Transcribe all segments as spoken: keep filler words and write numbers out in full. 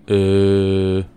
Yy...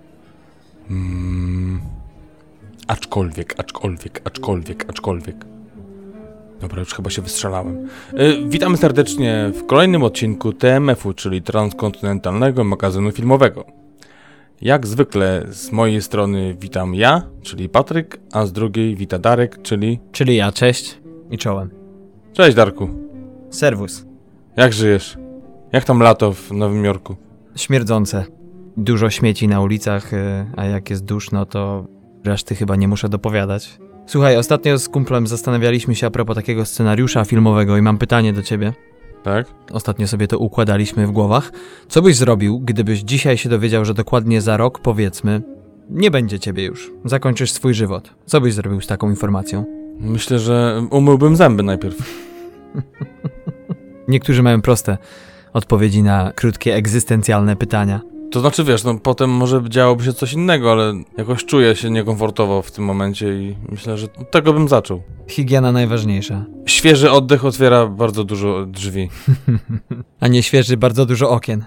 Mm... Aczkolwiek, aczkolwiek, aczkolwiek, aczkolwiek. Dobra, już chyba się wystrzelałem. Yy, witamy serdecznie w kolejnym odcinku T M F-u, czyli Transkontynentalnego Magazynu Filmowego. Jak zwykle z mojej strony witam ja, czyli Patryk, a z drugiej wita Darek, czyli... Czyli ja, cześć i czołem. Cześć Darku. Serwus. Jak żyjesz? Jak tam lato w Nowym Jorku? Śmierdzące. Dużo śmieci na ulicach, a jak jest duszno, to reszty chyba nie muszę dopowiadać. Słuchaj, ostatnio z kumplem zastanawialiśmy się a propos takiego scenariusza filmowego i mam pytanie do ciebie. Tak? Ostatnio sobie to układaliśmy w głowach. Co byś zrobił, gdybyś dzisiaj się dowiedział, że dokładnie za rok, powiedzmy, nie będzie ciebie już, zakończysz swój żywot? Co byś zrobił z taką informacją? Myślę, że umyłbym zęby najpierw. Niektórzy mają proste odpowiedzi na krótkie, egzystencjalne pytania. To znaczy, wiesz, no potem może działoby się coś innego, ale jakoś czuję się niekomfortowo w tym momencie i myślę, że od tego bym zaczął. Higiena najważniejsza. Świeży oddech otwiera bardzo dużo drzwi. A nie świeży, bardzo dużo okien.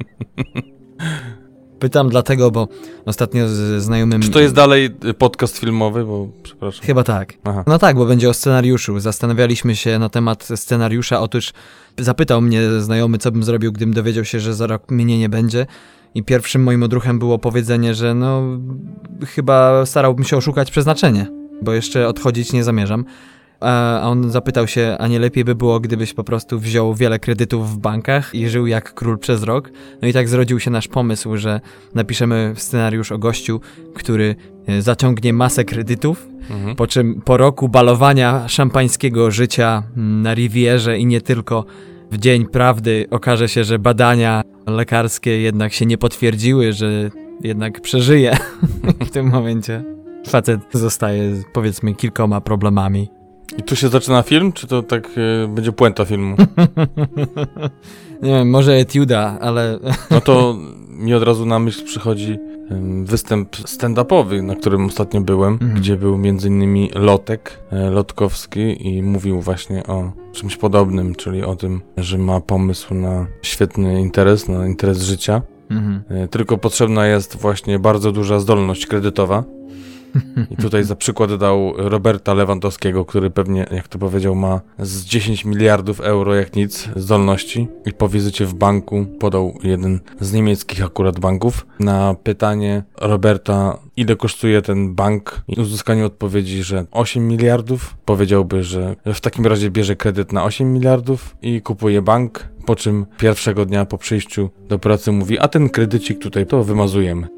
Pytam dlatego, bo ostatnio z znajomym... Czy to jest dalej podcast filmowy? Bo przepraszam. Chyba tak. Aha. No tak, bo będzie o scenariuszu. Zastanawialiśmy się na temat scenariusza. Otóż zapytał mnie znajomy, co bym zrobił, gdybym dowiedział się, że za rok mnie nie będzie. I pierwszym moim odruchem było powiedzenie, że no chyba starałbym się oszukać przeznaczenie, bo jeszcze odchodzić nie zamierzam. A on zapytał się, a nie lepiej by było, gdybyś po prostu wziął wiele kredytów w bankach i żył jak król przez rok? No i tak zrodził się nasz pomysł, że napiszemy scenariusz o gościu, który zaciągnie masę kredytów, mhm. po czym po roku balowania szampańskiego życia na Rivierze i nie tylko, w dzień prawdy okaże się, że badania lekarskie jednak się nie potwierdziły, że jednak przeżyje. W tym momencie facet zostaje, powiedzmy, kilkoma problemami. I tu się zaczyna film, czy to tak y, będzie puenta filmu? Nie wiem, może etiuda, ale... No to mi od razu na myśl przychodzi y, występ stand-upowy, na którym ostatnio byłem, mhm. gdzie był między innymi Lotek y, Lotkowski i mówił właśnie o czymś podobnym, czyli o tym, że ma pomysł na świetny interes, na interes życia. Mhm. Y, tylko potrzebna jest właśnie bardzo duża zdolność kredytowa. I tutaj za przykład dał Roberta Lewandowskiego, który pewnie, jak to powiedział, ma z dziesięć miliardów euro jak nic zdolności i po wizycie w banku podał jeden z niemieckich akurat banków na pytanie Roberta, ile kosztuje ten bank i uzyskaniu odpowiedzi, że osiem miliardów, powiedziałby, że w takim razie bierze kredyt na osiem miliardów i kupuje bank, po czym pierwszego dnia po przyjściu do pracy mówi, a ten kredycik tutaj to wymazujemy.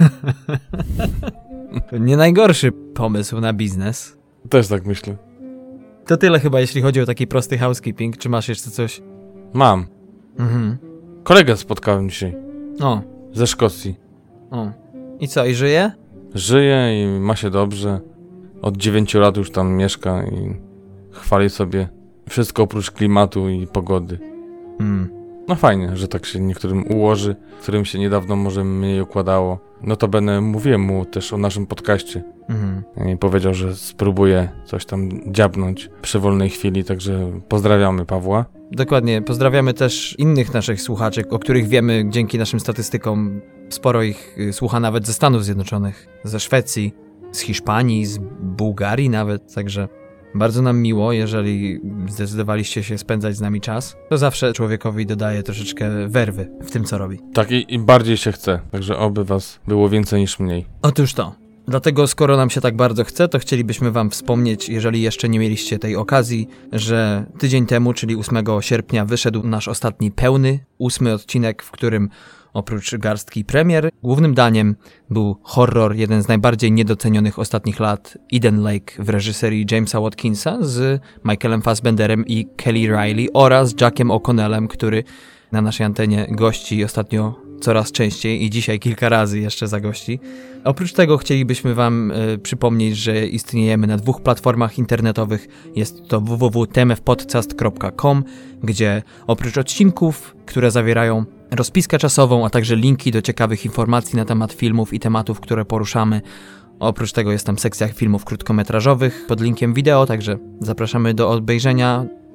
Nie najgorszy pomysł na biznes. Też tak myślę. To tyle chyba, jeśli chodzi o taki prosty housekeeping. Czy masz jeszcze coś? Mam. Mhm. Kolegę spotkałem dzisiaj. O. Ze Szkocji. O. I co, i żyje? Żyje i ma się dobrze. Od dziewięciu lat już tam mieszka i chwali sobie wszystko oprócz klimatu i pogody. Mm. No fajnie, że tak się niektórym ułoży, którym się niedawno może mniej układało. Notabene mówiłem mu też o naszym podcaście. Mhm. I powiedział, że spróbuje coś tam dziabnąć przy wolnej chwili, także pozdrawiamy Pawła. Dokładnie, pozdrawiamy też innych naszych słuchaczy, o których wiemy dzięki naszym statystykom. Sporo ich słucha nawet ze Stanów Zjednoczonych, ze Szwecji, z Hiszpanii, z Bułgarii nawet, także... Bardzo nam miło, jeżeli zdecydowaliście się spędzać z nami czas. To zawsze człowiekowi dodaje troszeczkę werwy w tym, co robi. Tak, i, i bardziej się chce. Także oby was było więcej niż mniej. Otóż to. Dlatego skoro nam się tak bardzo chce, to chcielibyśmy wam wspomnieć, jeżeli jeszcze nie mieliście tej okazji, że tydzień temu, czyli ósmego sierpnia, wyszedł nasz ostatni pełny, ósmy odcinek, w którym oprócz garstki premier, głównym daniem był horror, jeden z najbardziej niedocenionych ostatnich lat, Eden Lake w reżyserii Jamesa Watkinsa z Michaelem Fassbenderem i Kelly Reilly oraz Jackiem O'Connellem, który na naszej antenie gości ostatnio coraz częściej i dzisiaj kilka razy jeszcze zagości. Oprócz tego chcielibyśmy wam y, przypomnieć, że istniejemy na dwóch platformach internetowych. Jest to w w w kropka t m f podcast kropka com, gdzie oprócz odcinków, które zawierają rozpiskę czasową, a także linki do ciekawych informacji na temat filmów i tematów, które poruszamy, oprócz tego jest tam sekcja filmów krótkometrażowych pod linkiem wideo, także zapraszamy do obejrzenia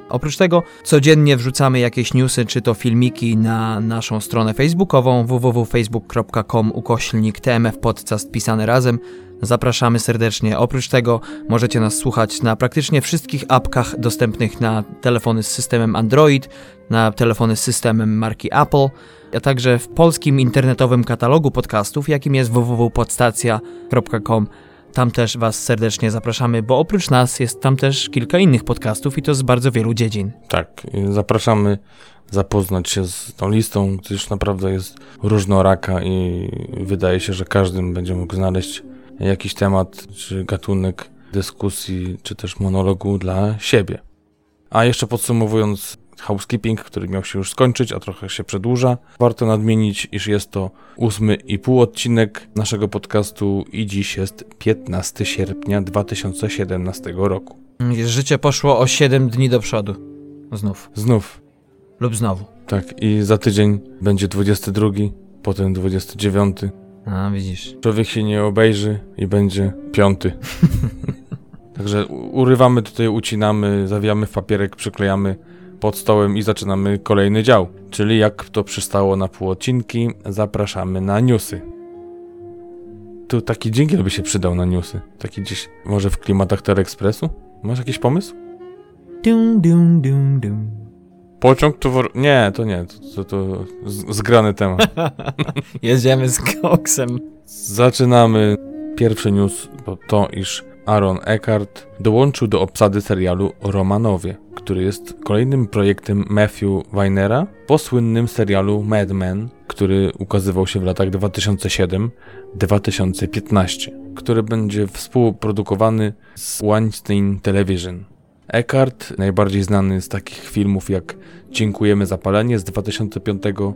Oprócz tego codziennie wrzucamy jakieś newsy, czy to filmiki na naszą stronę facebookową w w w kropka facebook kropka com ukośnik T M F Podcast pisane razem. Zapraszamy serdecznie. Oprócz tego możecie nas słuchać na praktycznie wszystkich apkach dostępnych na telefony z systemem Android, na telefony z systemem marki Apple, a także w polskim internetowym katalogu podcastów, jakim jest w w w kropka podstacja kropka com. Tam też Was serdecznie zapraszamy, bo oprócz nas jest tam też kilka innych podcastów i to z bardzo wielu dziedzin. Tak, zapraszamy zapoznać się z tą listą, gdyż naprawdę jest różnoraka i wydaje się, że każdy będzie mógł znaleźć jakiś temat, czy gatunek dyskusji, czy też monologu dla siebie. A jeszcze podsumowując housekeeping, który miał się już skończyć, a trochę się przedłuża, warto nadmienić, iż jest to ósmy i pół odcinek naszego podcastu i dziś jest piętnastego sierpnia dwa tysiące siedemnastego roku. Życie poszło o siedem dni do przodu. Znów. Znów. Lub znowu. Tak, i za tydzień będzie dwudziesty drugi, potem dwudziesty dziewiąty. A, widzisz. Człowiek się nie obejrzy i będzie piąty. Także urywamy tutaj, ucinamy, zawijamy w papierek, przyklejamy pod stołem i zaczynamy kolejny dział. Czyli jak to przystało na półodcinki, zapraszamy na newsy. Tu taki dżingiel by się przydał na newsy. Taki gdzieś może w klimatach Teleekspresu? Masz jakiś pomysł? Dum, dum, dum, dum. Pociąg towar... Nie, to nie. To, to, to z- zgrany temat. Jedziemy z koksem. Zaczynamy. Pierwszy news to to, iż Aaron Eckhart dołączył do obsady serialu Romanowie, który jest kolejnym projektem Matthew Weinera po słynnym serialu Mad Men, który ukazywał się w latach dwa tysiące siódmym do dwa tysiące piętnastego, który będzie współprodukowany z Weinstein Television. Eckhart, najbardziej znany z takich filmów jak Dziękujemy za palenie z dwa tysiące piątego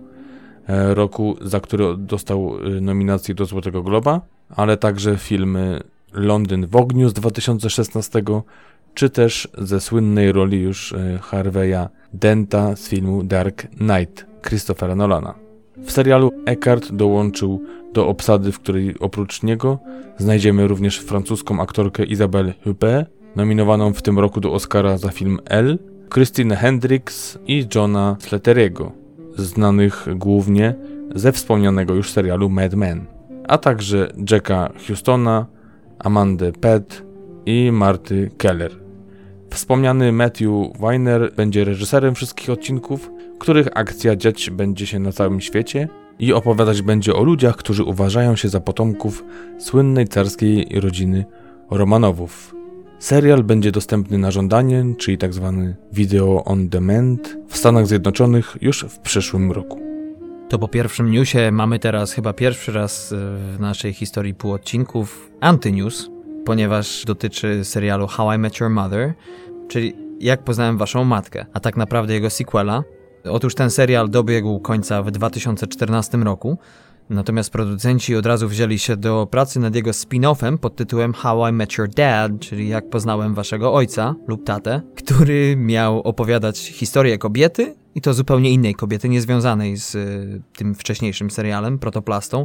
roku, za który dostał nominację do Złotego Globa, ale także filmy Londyn w ogniu z dwa tysiące szesnastego, czy też ze słynnej roli już Harvey'a Denta z filmu Dark Knight Christophera Nolana. W serialu Eckhart dołączył do obsady, w której oprócz niego znajdziemy również francuską aktorkę Isabelle Huppert, nominowaną w tym roku do Oscara za film Elle, Christine Hendricks i Johna Slattery'ego, znanych głównie ze wspomnianego już serialu Mad Men, a także Jacka Houstona, Amandę Peet i Marty Keller. Wspomniany Matthew Weiner będzie reżyserem wszystkich odcinków, których akcja dziać będzie się na całym świecie i opowiadać będzie o ludziach, którzy uważają się za potomków słynnej carskiej rodziny Romanowów. Serial będzie dostępny na żądanie, czyli tzw. video on demand w Stanach Zjednoczonych już w przyszłym roku. To po pierwszym newsie mamy teraz chyba pierwszy raz w naszej historii półodcinków antynews, ponieważ dotyczy serialu How I Met Your Mother, czyli Jak poznałem waszą matkę, a tak naprawdę jego sequela. Otóż ten serial dobiegł końca w dwa tysiące czternastym roku, natomiast producenci od razu wzięli się do pracy nad jego spin-offem pod tytułem How I Met Your Dad, czyli Jak poznałem waszego ojca lub tatę, który miał opowiadać historię kobiety i to zupełnie innej kobiety, niezwiązanej z y, tym wcześniejszym serialem, Protoplastą,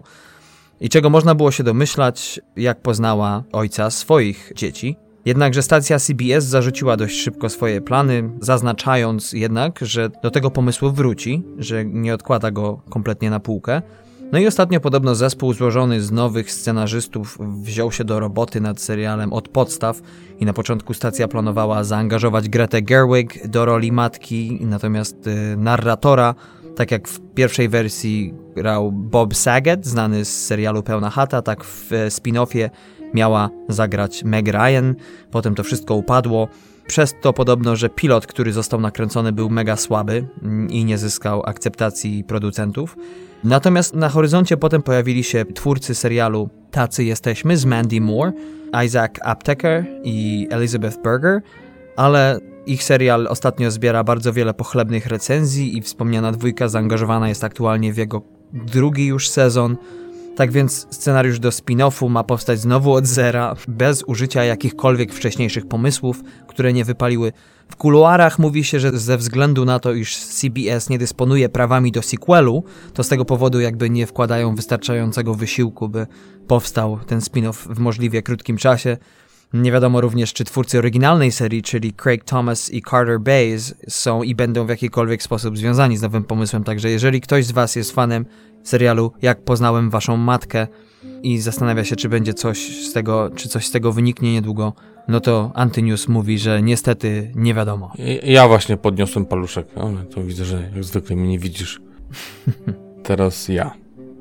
i czego można było się domyślać, jak poznała ojca swoich dzieci. Jednakże stacja C B S zarzuciła dość szybko swoje plany, zaznaczając jednak, że do tego pomysłu wróci, że nie odkłada go kompletnie na półkę. No i ostatnio podobno zespół złożony z nowych scenarzystów wziął się do roboty nad serialem od podstaw i na początku stacja planowała zaangażować Gretę Gerwig do roli matki, natomiast y, narratora, tak jak w pierwszej wersji grał Bob Saget, znany z serialu Pełna chata, tak w y, spin-offie miała zagrać Meg Ryan. Potem to wszystko upadło. Przez to podobno, że pilot, który został nakręcony, był mega słaby i nie zyskał akceptacji producentów. Natomiast na horyzoncie potem pojawili się twórcy serialu Tacy jesteśmy z Mandy Moore, Isaac Apteker i Elizabeth Berger, ale ich serial ostatnio zbiera bardzo wiele pochlebnych recenzji i wspomniana dwójka zaangażowana jest aktualnie w jego drugi już sezon. Tak więc scenariusz do spin-offu ma powstać znowu od zera, bez użycia jakichkolwiek wcześniejszych pomysłów, które nie wypaliły. W kuluarach mówi się, że ze względu na to, iż C B S nie dysponuje prawami do sequelu, to z tego powodu jakby nie wkładają wystarczającego wysiłku, by powstał ten spin-off w możliwie krótkim czasie. Nie wiadomo również, czy twórcy oryginalnej serii, czyli Craig Thomas i Carter Bays, są i będą w jakikolwiek sposób związani z nowym pomysłem. Także jeżeli ktoś z was jest fanem serialu Jak poznałem waszą matkę i zastanawia się, czy będzie coś z tego, czy coś z tego wyniknie niedługo, no to Antynews mówi, że niestety nie wiadomo. Ja właśnie podniosłem paluszek, ale to widzę, że jak zwykle mnie nie widzisz. Teraz ja.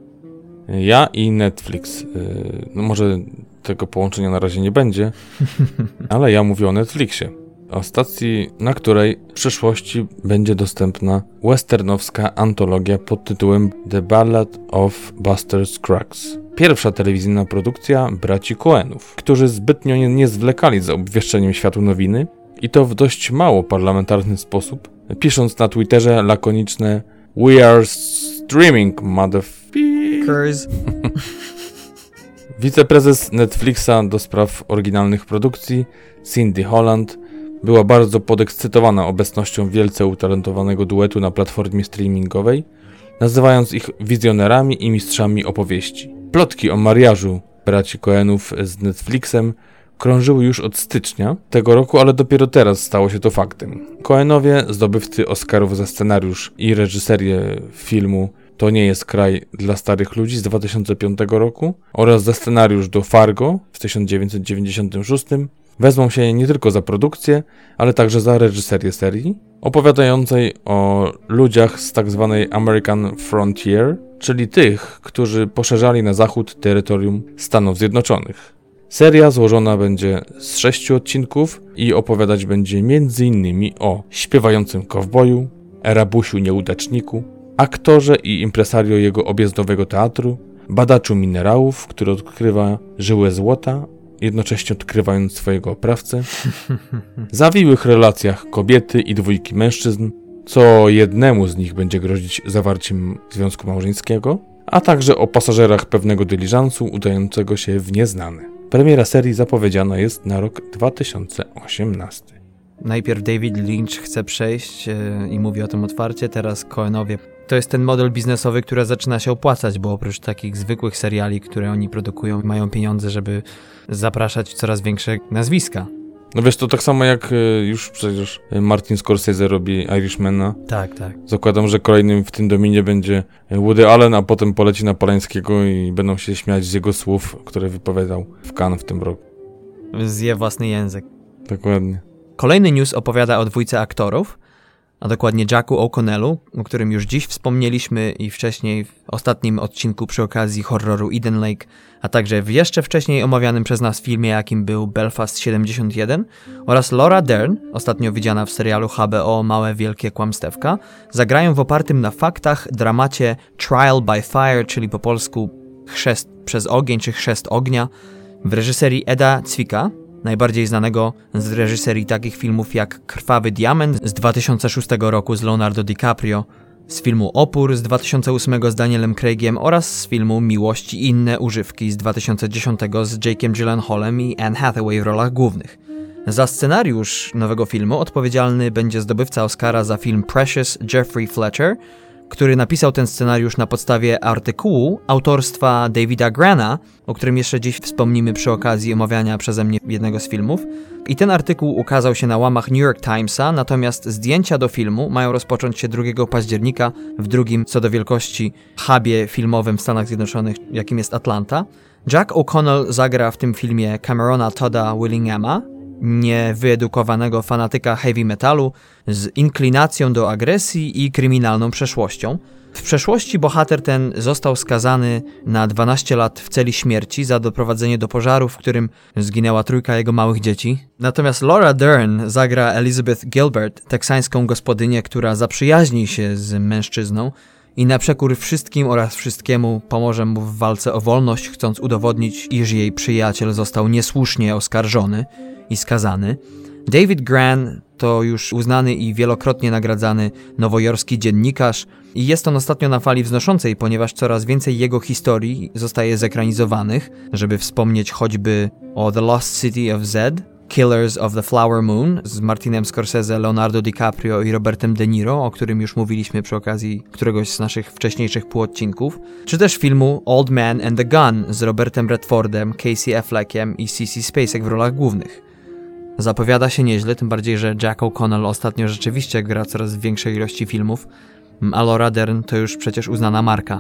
Ja i Netflix. No może tego połączenia na razie nie będzie, ale ja mówię o Netflixie. O stacji, na której w przyszłości będzie dostępna westernowska antologia pod tytułem The Ballad of Buster Scruggs. Pierwsza telewizyjna produkcja braci Coenów, którzy zbytnio nie, nie zwlekali z obwieszczeniem światu nowiny i to w dość mało parlamentarny sposób, pisząc na Twitterze lakoniczne We are streaming, motherfuckers. Wiceprezes Netflixa do spraw oryginalnych produkcji, Cindy Holland, była bardzo podekscytowana obecnością wielce utalentowanego duetu na platformie streamingowej, nazywając ich wizjonerami i mistrzami opowieści. Plotki o mariażu braci Coenów z Netflixem krążyły już od stycznia tego roku, ale dopiero teraz stało się to faktem. Coenowie, zdobywcy Oscarów za scenariusz i reżyserię filmu To nie jest kraj dla starych ludzi z dwa tysiące piątego roku oraz za scenariusz do Fargo w tysiąc dziewięćset dziewięćdziesiątym szóstym, wezmą się nie tylko za produkcję, ale także za reżyserię serii, opowiadającej o ludziach z tak zwanej American Frontier, czyli tych, którzy poszerzali na zachód terytorium Stanów Zjednoczonych. Seria złożona będzie z sześciu odcinków i opowiadać będzie między innymi o śpiewającym kowboju, rabusiu nieudaczniku, aktorze i impresario jego objazdowego teatru, badaczu minerałów, który odkrywa żyłę złota, jednocześnie odkrywając swojego oprawcę, zawiłych relacjach kobiety i dwójki mężczyzn, co jednemu z nich będzie grozić zawarciem związku małżeńskiego, a także o pasażerach pewnego dyliżansu udającego się w nieznane. Premiera serii zapowiedziana jest na rok dwa tysiące osiemnasty. Najpierw David Lynch chce przejść yy, i mówi o tym otwarcie, teraz Coenowie. To jest ten model biznesowy, który zaczyna się opłacać, bo oprócz takich zwykłych seriali, które oni produkują, mają pieniądze, żeby zapraszać coraz większe nazwiska. No wiesz, to tak samo jak y, już przecież Martin Scorsese robi Irishmana. Tak, tak. Zakładam, że kolejnym w tym dominie będzie Woody Allen, a potem poleci na Polańskiego i będą się śmiać z jego słów, które wypowiadał w Cannes w tym roku. Zje własny język. Dokładnie. Kolejny news opowiada o dwójce aktorów, a dokładnie Jacku O'Connellu, o którym już dziś wspomnieliśmy i wcześniej w ostatnim odcinku przy okazji horroru Eden Lake, a także w jeszcze wcześniej omawianym przez nas filmie, jakim był Belfast siedemdziesiąt jeden, oraz Laura Dern, ostatnio widziana w serialu H B O Małe Wielkie Kłamstewka, zagrają w opartym na faktach dramacie Trial by Fire, czyli po polsku Chrzest przez ogień czy Chrzest ognia, w reżyserii Eda Zwicka, najbardziej znanego z reżyserii takich filmów jak Krwawy Diament z dwa tysiące szóstego roku z Leonardo DiCaprio, z filmu Opór z dwa tysiące ósmego z Danielem Craigiem oraz z filmu Miłość i inne używki z dwa tysiące dziesiątego z Jake'em Gyllenhaalem i Anne Hathaway w rolach głównych. Za scenariusz nowego filmu odpowiedzialny będzie zdobywca Oscara za film Precious Jeffrey Fletcher, który napisał ten scenariusz na podstawie artykułu autorstwa Davida Grana, o którym jeszcze dziś wspomnimy przy okazji omawiania przeze mnie jednego z filmów. I ten artykuł ukazał się na łamach New York Timesa, natomiast zdjęcia do filmu mają rozpocząć się drugiego października w drugim co do wielkości hubie filmowym w Stanach Zjednoczonych, jakim jest Atlanta. Jack O'Connell zagra w tym filmie Camerona Todda Willinghama, niewyedukowanego fanatyka heavy metalu z inklinacją do agresji i kryminalną przeszłością. W przeszłości bohater ten został skazany na dwanaście lat w celi śmierci za doprowadzenie do pożaru, w którym zginęła trójka jego małych dzieci. Natomiast Laura Dern zagra Elizabeth Gilbert, teksańską gospodynię, która zaprzyjaźni się z mężczyzną i na przekór wszystkim oraz wszystkiemu pomoże mu w walce o wolność, chcąc udowodnić, iż jej przyjaciel został niesłusznie oskarżony i skazany. David Gran to już uznany i wielokrotnie nagradzany nowojorski dziennikarz i jest on ostatnio na fali wznoszącej, ponieważ coraz więcej jego historii zostaje zekranizowanych, żeby wspomnieć choćby o The Lost City of Z, Killers of the Flower Moon z Martinem Scorsese, Leonardo DiCaprio i Robertem De Niro, o którym już mówiliśmy przy okazji któregoś z naszych wcześniejszych półodcinków, czy też filmu Old Man and the Gun z Robertem Redfordem, Casey Affleckiem i Sissy Spacek w rolach głównych. Zapowiada się nieźle, tym bardziej, że Jack O'Connell ostatnio rzeczywiście gra coraz w większej ilości filmów, a Laura Dern to już przecież uznana marka.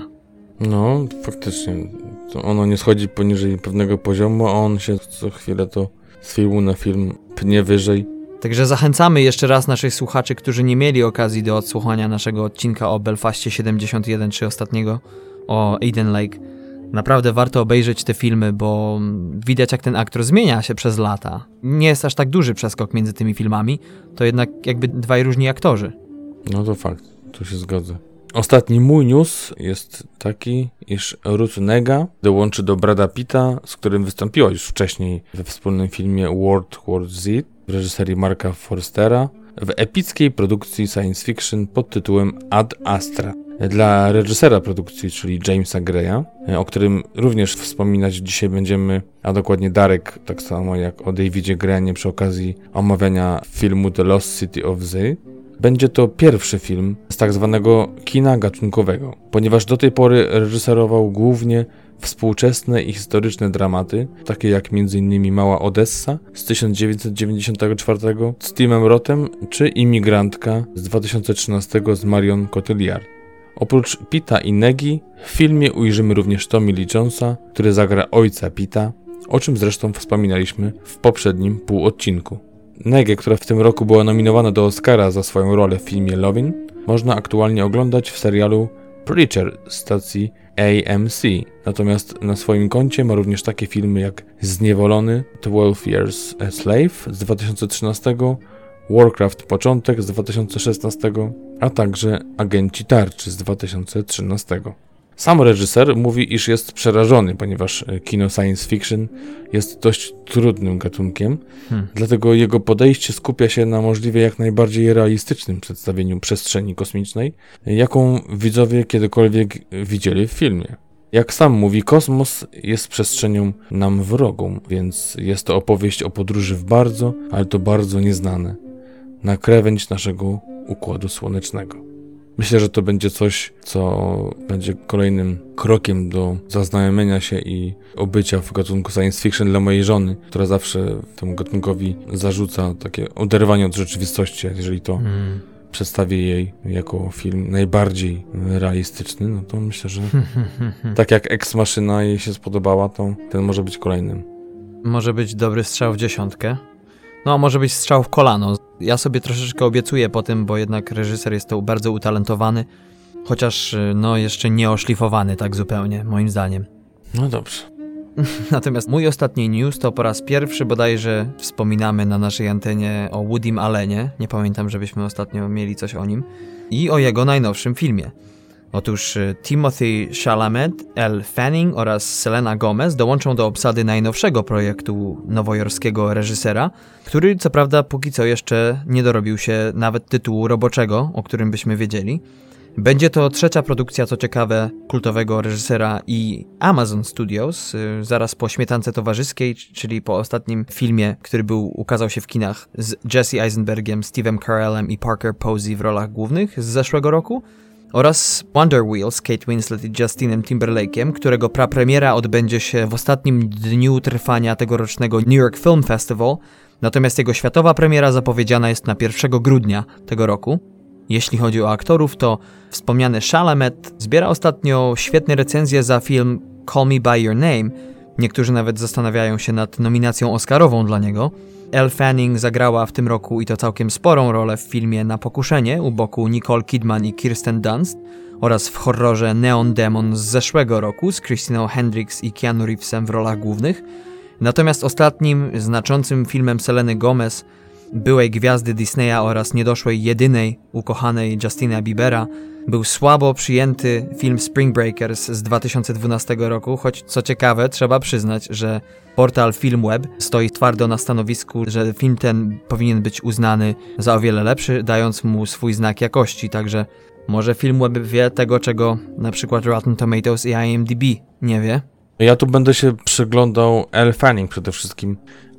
No, faktycznie. To ono nie schodzi poniżej pewnego poziomu, a on się co chwilę to z filmu na film pnie wyżej. Także zachęcamy jeszcze raz naszych słuchaczy, którzy nie mieli okazji do odsłuchania naszego odcinka o Belfaście siedemdziesiąt jeden, czy ostatniego o Eden Lake. Naprawdę warto obejrzeć te filmy, bo widać, jak ten aktor zmienia się przez lata. Nie jest aż tak duży przeskok między tymi filmami, to jednak jakby dwaj różni aktorzy. No to fakt, tu się zgodzę. Ostatni mój news jest taki, iż Ruth Negga dołączy do Brada Pitta, z którym wystąpiła już wcześniej we wspólnym filmie World War Z w reżyserii Marka Forstera w epickiej produkcji science fiction pod tytułem Ad Astra. Dla reżysera produkcji, czyli Jamesa Greya, o którym również wspominać dzisiaj będziemy, a dokładnie Darek, tak samo jak o Davidzie Graynie przy okazji omawiania filmu The Lost City of Z. Będzie to pierwszy film z tak zwanego kina gatunkowego, ponieważ do tej pory reżyserował głównie współczesne i historyczne dramaty, takie jak między innymi Mała Odessa z tysiąc dziewięćset dziewięćdziesiątego czwartego z Timem Rothem, czy Imigrantka z dwa tysiące trzynastego z Marion Cotillard. Oprócz Pitta i Neggi w filmie ujrzymy również Tommy Lee Jonesa, który zagra ojca Pitta, o czym zresztą wspominaliśmy w poprzednim półodcinku. Neggę, która w tym roku była nominowana do Oscara za swoją rolę w filmie Lovin', można aktualnie oglądać w serialu Preacher z stacji A M C. Natomiast na swoim koncie ma również takie filmy jak Zniewolony, twelve Years a Slave z dwa tysiące trzynastego, Warcraft Początek z dwa tysiące szesnastego, a także Agenci Tarczy z dwa tysiące trzynastego. Sam reżyser mówi, iż jest przerażony, ponieważ kino science fiction jest dość trudnym gatunkiem, hmm. dlatego jego podejście skupia się na możliwie jak najbardziej realistycznym przedstawieniu przestrzeni kosmicznej, jaką widzowie kiedykolwiek widzieli w filmie. Jak sam mówi, kosmos jest przestrzenią nam wrogą, więc jest to opowieść o podróży w bardzo, ale to bardzo nieznane, na krawędź naszego Układu Słonecznego. Myślę, że to będzie coś, co będzie kolejnym krokiem do zaznajomienia się i obycia w gatunku science fiction dla mojej żony, która zawsze temu gatunkowi zarzuca takie oderwanie od rzeczywistości, jeżeli to mm. przedstawię jej jako film najbardziej realistyczny, no to myślę, że tak jak Ex Machina jej się spodobała, to ten może być kolejnym. Może być dobry strzał w dziesiątkę. No, może być strzał w kolano. Ja sobie troszeczkę obiecuję po tym, bo jednak reżyser jest to bardzo utalentowany, chociaż no jeszcze nie oszlifowany tak zupełnie, moim zdaniem. No dobrze. Natomiast mój ostatni news to po raz pierwszy bodajże wspominamy na naszej antenie o Woodym Allenie, nie pamiętam, żebyśmy ostatnio mieli coś o nim, i o jego najnowszym filmie. Otóż Timothy Chalamet, Elle Fanning oraz Selena Gomez dołączą do obsady najnowszego projektu nowojorskiego reżysera, który co prawda póki co jeszcze nie dorobił się nawet tytułu roboczego, o którym byśmy wiedzieli. Będzie to trzecia produkcja, co ciekawe, kultowego reżysera i Amazon Studios, zaraz po Śmietance Towarzyskiej, czyli po ostatnim filmie, który był ukazał się w kinach z Jesse Eisenbergiem, Steve'em Carellem i Parker Posey w rolach głównych z zeszłego roku, oraz Wonder Wheel z Kate Winslet i Justinem Timberlake'em, którego prapremiera odbędzie się w ostatnim dniu trwania tegorocznego New York Film Festival, natomiast jego światowa premiera zapowiedziana jest na pierwszego grudnia tego roku. Jeśli chodzi o aktorów, to wspomniany Chalamet zbiera ostatnio świetne recenzje za film Call Me By Your Name. Niektórzy nawet zastanawiają się nad nominacją oscarową dla niego. Elle Fanning zagrała w tym roku i to całkiem sporą rolę w filmie Na pokuszenie u boku Nicole Kidman i Kirsten Dunst oraz w horrorze Neon Demon z zeszłego roku z Christiną Hendricks i Keanu Reevesem w rolach głównych. Natomiast ostatnim znaczącym filmem Seleny Gomez, byłej gwiazdy Disneya oraz niedoszłej jedynej ukochanej Justina Biebera, był słabo przyjęty film Spring Breakers z dwa tysiące dwunastego roku, choć co ciekawe trzeba przyznać, że portal Filmweb stoi twardo na stanowisku, że film ten powinien być uznany za o wiele lepszy, dając mu swój znak jakości, także może Filmweb wie tego, czego na przykład Rotten Tomatoes i I M D B nie wie. Ja tu będę się przyglądał Elle Fanning przede wszystkim,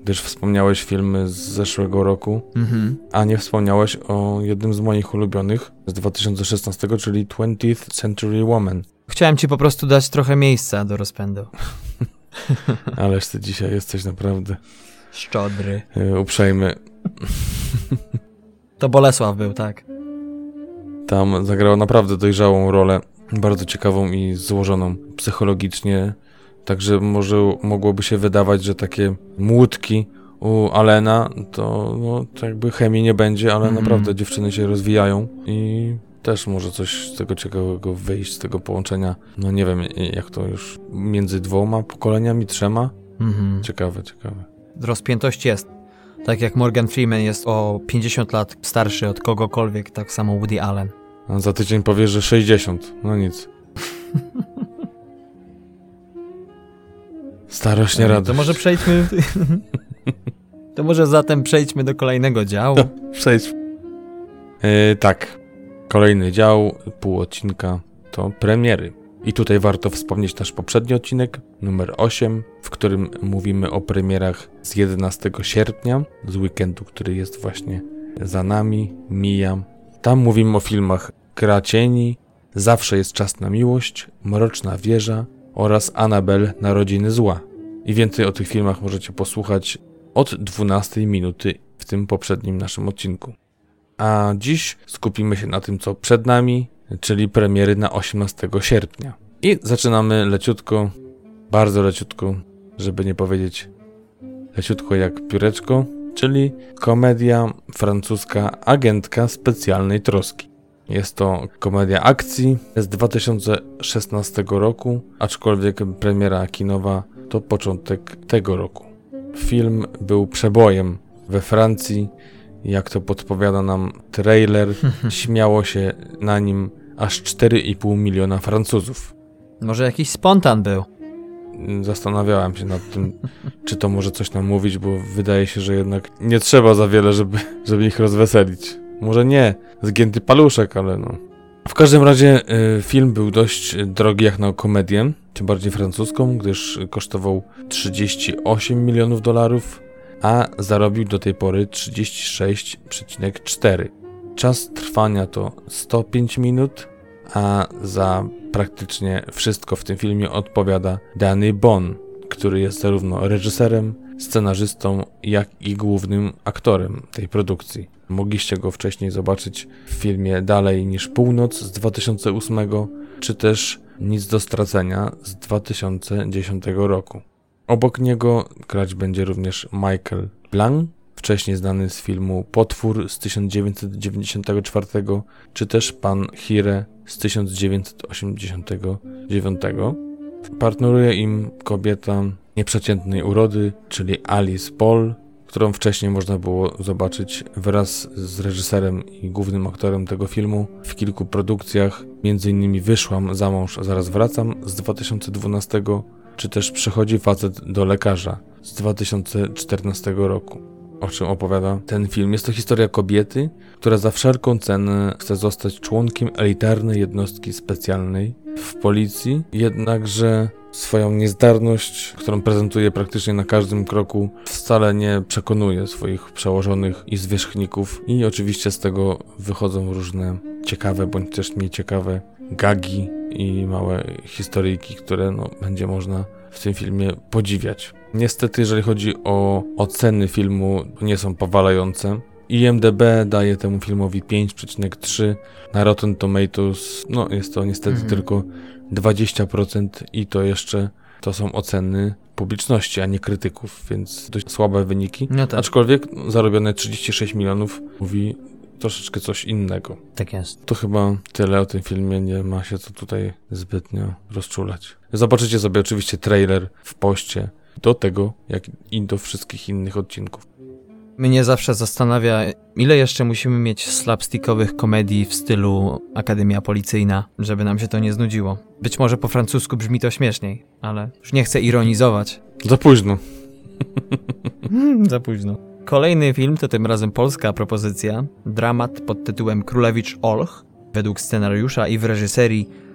gdyż wspomniałeś filmy z zeszłego roku, Mhm. a nie wspomniałeś o jednym z moich ulubionych z dwa tysiące szesnastego, czyli twentieth Century Woman. Chciałem ci po prostu dać trochę miejsca do rozpędu. Ależ ty dzisiaj jesteś naprawdę Szczodry. yy, uprzejmy. To Bolesław był, tak. Tam zagrała naprawdę dojrzałą rolę, bardzo ciekawą i złożoną psychologicznie, także może mogłoby się wydawać, że takie młódki u Allena to, no, to jakby chemii nie będzie, ale mm. naprawdę dziewczyny się rozwijają i też może coś z tego ciekawego wyjść, z tego połączenia, no nie wiem jak to już między dwoma pokoleniami, trzema. Mm-hmm. Ciekawe, ciekawe. Rozpiętość jest. Tak jak Morgan Freeman jest o pięćdziesiąt lat starszy od kogokolwiek, tak samo Woody Allen. A za tydzień powie, że sześćdziesiąt. No nic. Starość nie radość. To może przejdźmy... to może zatem przejdźmy do kolejnego działu. To przejdźmy. Yy, tak. Kolejny dział, pół odcinka to premiery. I tutaj warto wspomnieć nasz poprzedni odcinek, numer osiem, w którym mówimy o premierach z jedenastego sierpnia, z weekendu, który jest właśnie za nami, mija. Tam mówimy o filmach Gra cieni, Zawsze jest czas na miłość, Mroczna wieża oraz Annabelle Narodziny zła. I więcej o tych filmach możecie posłuchać od dwunastej minuty w tym poprzednim naszym odcinku. A dziś skupimy się na tym, co przed nami, czyli premiery na osiemnastego sierpnia. I zaczynamy leciutko, bardzo leciutko, żeby nie powiedzieć leciutko jak pióreczko, czyli komedia francuska Agentka specjalnej troski. Jest to komedia akcji z dwa tysiące szesnastego roku, aczkolwiek premiera kinowa to początek tego roku. Film był przebojem we Francji, jak to podpowiada nam trailer, śmiało się na nim aż cztery i pół miliona Francuzów. Może jakiś spontan był. Zastanawiałem się nad tym, czy to może coś nam mówić, bo wydaje się, że jednak nie trzeba za wiele, żeby, żeby ich rozweselić. Może nie, zgięty paluszek, ale no. W każdym razie y, film był dość drogi jak na komedię, tym bardziej francuską, gdyż kosztował trzydzieści osiem milionów dolarów, a zarobił do tej pory trzydzieści sześć przecinek cztery. Czas trwania to sto pięć minut, a za praktycznie wszystko w tym filmie odpowiada Danny Boone, który jest zarówno reżyserem, scenarzystą, jak i głównym aktorem tej produkcji. Mogliście go wcześniej zobaczyć w filmie Dalej niż północ z dwa tysiące ósmego, czy też Nic do stracenia z dwa tysiące dziesiątego roku. Obok niego grać będzie również Michael Blanc, wcześniej znany z filmu Potwór z tysiąc dziewięćset dziewięćdziesiątego czwartego, czy też Pan Hire z tysiąc dziewięćset osiemdziesiątego dziewiątego. Partneruje im kobieta nieprzeciętnej urody, czyli Alice Paul, którą wcześniej można było zobaczyć wraz z reżyserem i głównym aktorem tego filmu w kilku produkcjach, między innymi Wyszłam za mąż, zaraz wracam z dwa tysiące dwunastego, czy też Przychodzi facet do lekarza z dwa tysiące czternastego roku. O czym opowiada ten film? Jest to historia kobiety, która za wszelką cenę chce zostać członkiem elitarnej jednostki specjalnej w policji, jednakże swoją niezdarność, którą prezentuje praktycznie na każdym kroku, wcale nie przekonuje swoich przełożonych i zwierzchników i oczywiście z tego wychodzą różne ciekawe bądź też mniej ciekawe gagi i małe historyjki, które no, będzie można w tym filmie podziwiać. Niestety, jeżeli chodzi o oceny filmu, nie są powalające. I M D B daje temu filmowi pięć przecinek trzy, na Rotten Tomatoes no jest to niestety mhm. tylko dwadzieścia procent i to jeszcze to są oceny publiczności, a nie krytyków, więc dość słabe wyniki. No tak. Aczkolwiek zarobione trzydzieści sześć milionów mówi troszeczkę coś innego. Tak jest. To chyba tyle o tym filmie, nie ma się co tutaj zbytnio rozczulać. Zobaczycie sobie oczywiście trailer w poście do tego, jak i do wszystkich innych odcinków. Mnie zawsze zastanawia, ile jeszcze musimy mieć slapstickowych komedii w stylu Akademia Policyjna, żeby nam się to nie znudziło. Być może po francusku brzmi to śmieszniej, ale już nie chcę ironizować. Za późno. Za późno. Kolejny film to tym razem polska propozycja. Dramat pod tytułem Królewicz Olch. Według scenariusza i w reżyserii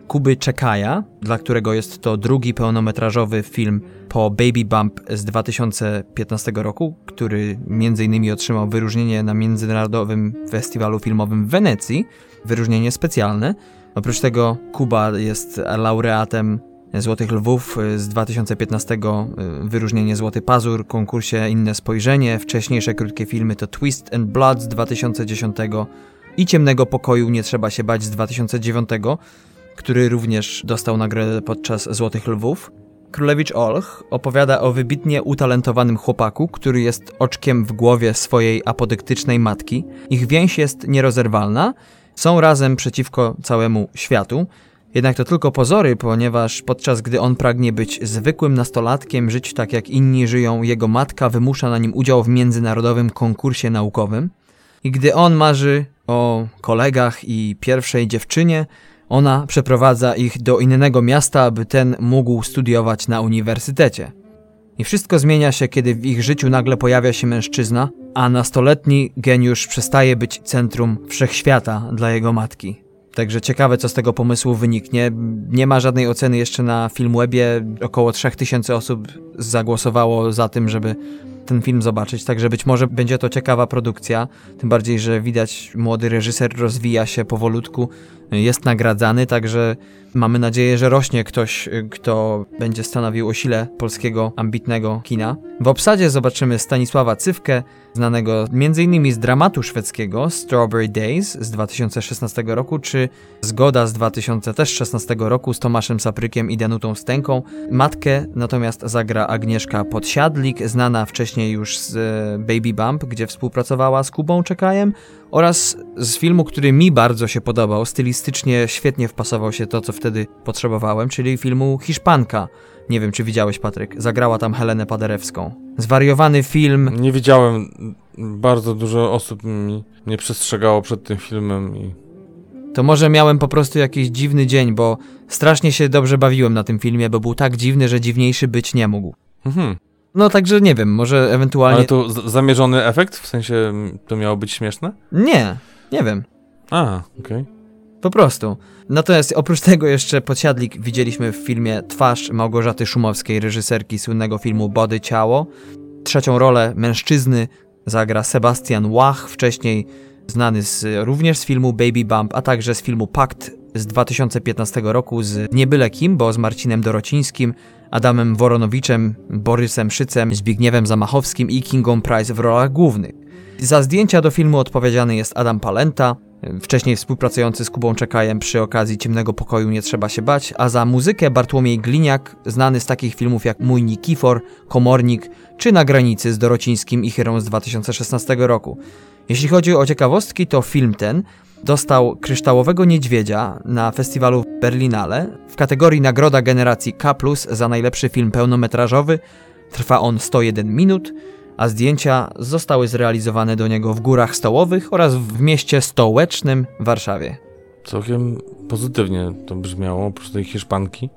Kuby Czekaja, dla którego jest to drugi pełnometrażowy film po Baby Bump z dwa tysiące piętnastego roku, który między innymi otrzymał wyróżnienie na Międzynarodowym Festiwalu Filmowym w Wenecji, wyróżnienie specjalne. Oprócz tego Kuba jest laureatem Złotych Lwów z dwa tysiące piętnastego, wyróżnienie Złoty Pazur, konkursie Inne Spojrzenie, wcześniejsze krótkie filmy to Twist and Blood z dwa tysiące dziesiątego i Ciemnego Pokoju Nie Trzeba Się Bać z dwa tysiące dziewiątego, który również dostał nagrodę podczas Złotych Lwów. Królewicz Olch opowiada o wybitnie utalentowanym chłopaku, który jest oczkiem w głowie swojej apodyktycznej matki. Ich więź jest nierozerwalna, są razem przeciwko całemu światu. Jednak to tylko pozory, ponieważ podczas gdy on pragnie być zwykłym nastolatkiem, żyć tak jak inni żyją, jego matka wymusza na nim udział w międzynarodowym konkursie naukowym. I gdy on marzy o kolegach i pierwszej dziewczynie, ona przeprowadza ich do innego miasta, aby ten mógł studiować na uniwersytecie. I wszystko zmienia się, kiedy w ich życiu nagle pojawia się mężczyzna, a nastoletni geniusz przestaje być centrum wszechświata dla jego matki. Także ciekawe, co z tego pomysłu wyniknie. Nie ma żadnej oceny jeszcze na Filmwebie. Około trzech tysięcy osób zagłosowało za tym, żeby ten film zobaczyć, także być może będzie to ciekawa produkcja, tym bardziej, że widać, młody reżyser rozwija się powolutku, jest nagradzany, także mamy nadzieję, że rośnie ktoś, kto będzie stanowił o sile polskiego ambitnego kina. W obsadzie zobaczymy Stanisława Cywkę, znanego między innymi z dramatu szwedzkiego Strawberry Days z dwa tysiące szesnastego roku, czy Zgoda z dwa tysiące szesnastego roku z Tomaszem Saprykiem i Danutą Stęką. Matkę natomiast zagra Agnieszka Podsiadlik, znana wcześniej już z Baby Bump, gdzie współpracowała z Kubą Czekajem, oraz z filmu, który mi bardzo się podobał, stylistycznie świetnie wpasował się to, co wtedy potrzebowałem, czyli filmu Hiszpanka. Nie wiem, czy widziałeś, Patryk. Zagrała tam Helenę Paderewską. Zwariowany film. Nie widziałem. Bardzo dużo osób mi nie przestrzegało przed tym filmem. I... To może miałem po prostu jakiś dziwny dzień, bo strasznie się dobrze bawiłem na tym filmie, bo był tak dziwny, że dziwniejszy być nie mógł. Mhm. No także nie wiem, może ewentualnie... Ale to z- zamierzony efekt? W sensie to miało być śmieszne? Nie, nie wiem. A, okej. Okay. Po prostu. Natomiast oprócz tego jeszcze Podsiadlik widzieliśmy w filmie Twarz Małgorzaty Szumowskiej, reżyserki słynnego filmu Body Ciało. Trzecią rolę mężczyzny zagra Sebastian Łach, wcześniej znany z, również z filmu Baby Bump, a także z filmu Pakt z dwa tysiące piętnastego roku z nie byle kim, bo z Marcinem Dorocińskim, Adamem Woronowiczem, Borysem Szycem, Zbigniewem Zamachowskim i Kingą Price w rolach głównych. Za zdjęcia do filmu odpowiedzialny jest Adam Palenta, wcześniej współpracujący z Kubą Czekajem przy okazji Ciemnego Pokoju Nie Trzeba Się Bać, a za muzykę Bartłomiej Gliniak, znany z takich filmów jak Mój Nikifor, Komornik czy Na granicy z Dorocińskim i Chyrą z dwa tysiące szesnastego roku. Jeśli chodzi o ciekawostki, to film ten dostał Kryształowego Niedźwiedzia na festiwalu w Berlinale w kategorii Nagroda Generacji K plus, za najlepszy film pełnometrażowy. Trwa on sto jeden minut, a zdjęcia zostały zrealizowane do niego w Górach Stołowych oraz w mieście stołecznym Warszawie. Całkiem pozytywnie to brzmiało, oprócz tej Hiszpanki.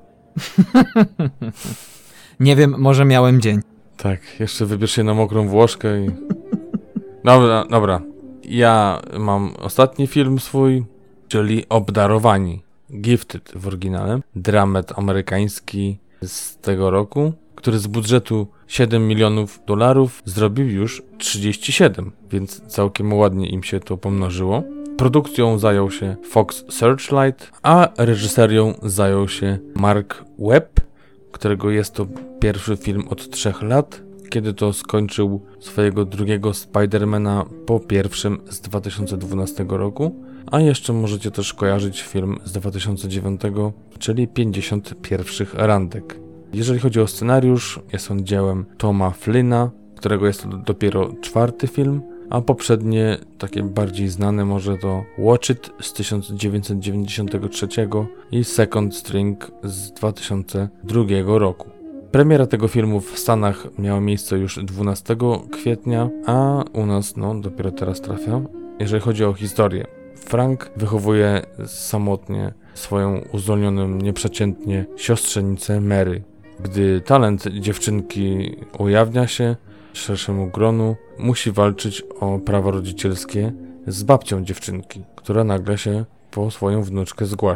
Nie wiem, może miałem dzień. Tak, jeszcze wybierz się na mokrą Włoszkę i... Dobra, dobra. Ja mam ostatni film swój, czyli Obdarowani. Gifted w oryginale. Dramat amerykański z tego roku, który z budżetu siedem milionów dolarów zrobił już trzydzieści siedem, więc całkiem ładnie im się to pomnożyło. Produkcją zajął się Fox Searchlight, a reżyserią zajął się Mark Webb, którego jest to pierwszy film od trzech lat, kiedy to skończył swojego drugiego Spidermana po pierwszym z dwa tysiące dwunastego roku, a jeszcze możecie też kojarzyć film z dwa tysiące dziewiątego, czyli pięćdziesiąt pierwszych randek. Jeżeli chodzi o scenariusz, jest on dziełem Toma Flynna, którego jest to dopiero czwarty film, a poprzednie, takie bardziej znane może to Watch It z tysiąc dziewięćset dziewięćdziesiątego trzeciego i Second String z dwa tysiące drugiego roku. Premiera tego filmu w Stanach miała miejsce już dwunastego kwietnia, a u nas no dopiero teraz trafia. Jeżeli chodzi o historię, Frank wychowuje samotnie swoją uzdolnioną nieprzeciętnie siostrzenicę Mary. Gdy talent dziewczynki ujawnia się szerszemu gronu, musi walczyć o prawa rodzicielskie z babcią dziewczynki, która nagle się po swoją wnuczkę zgłasza.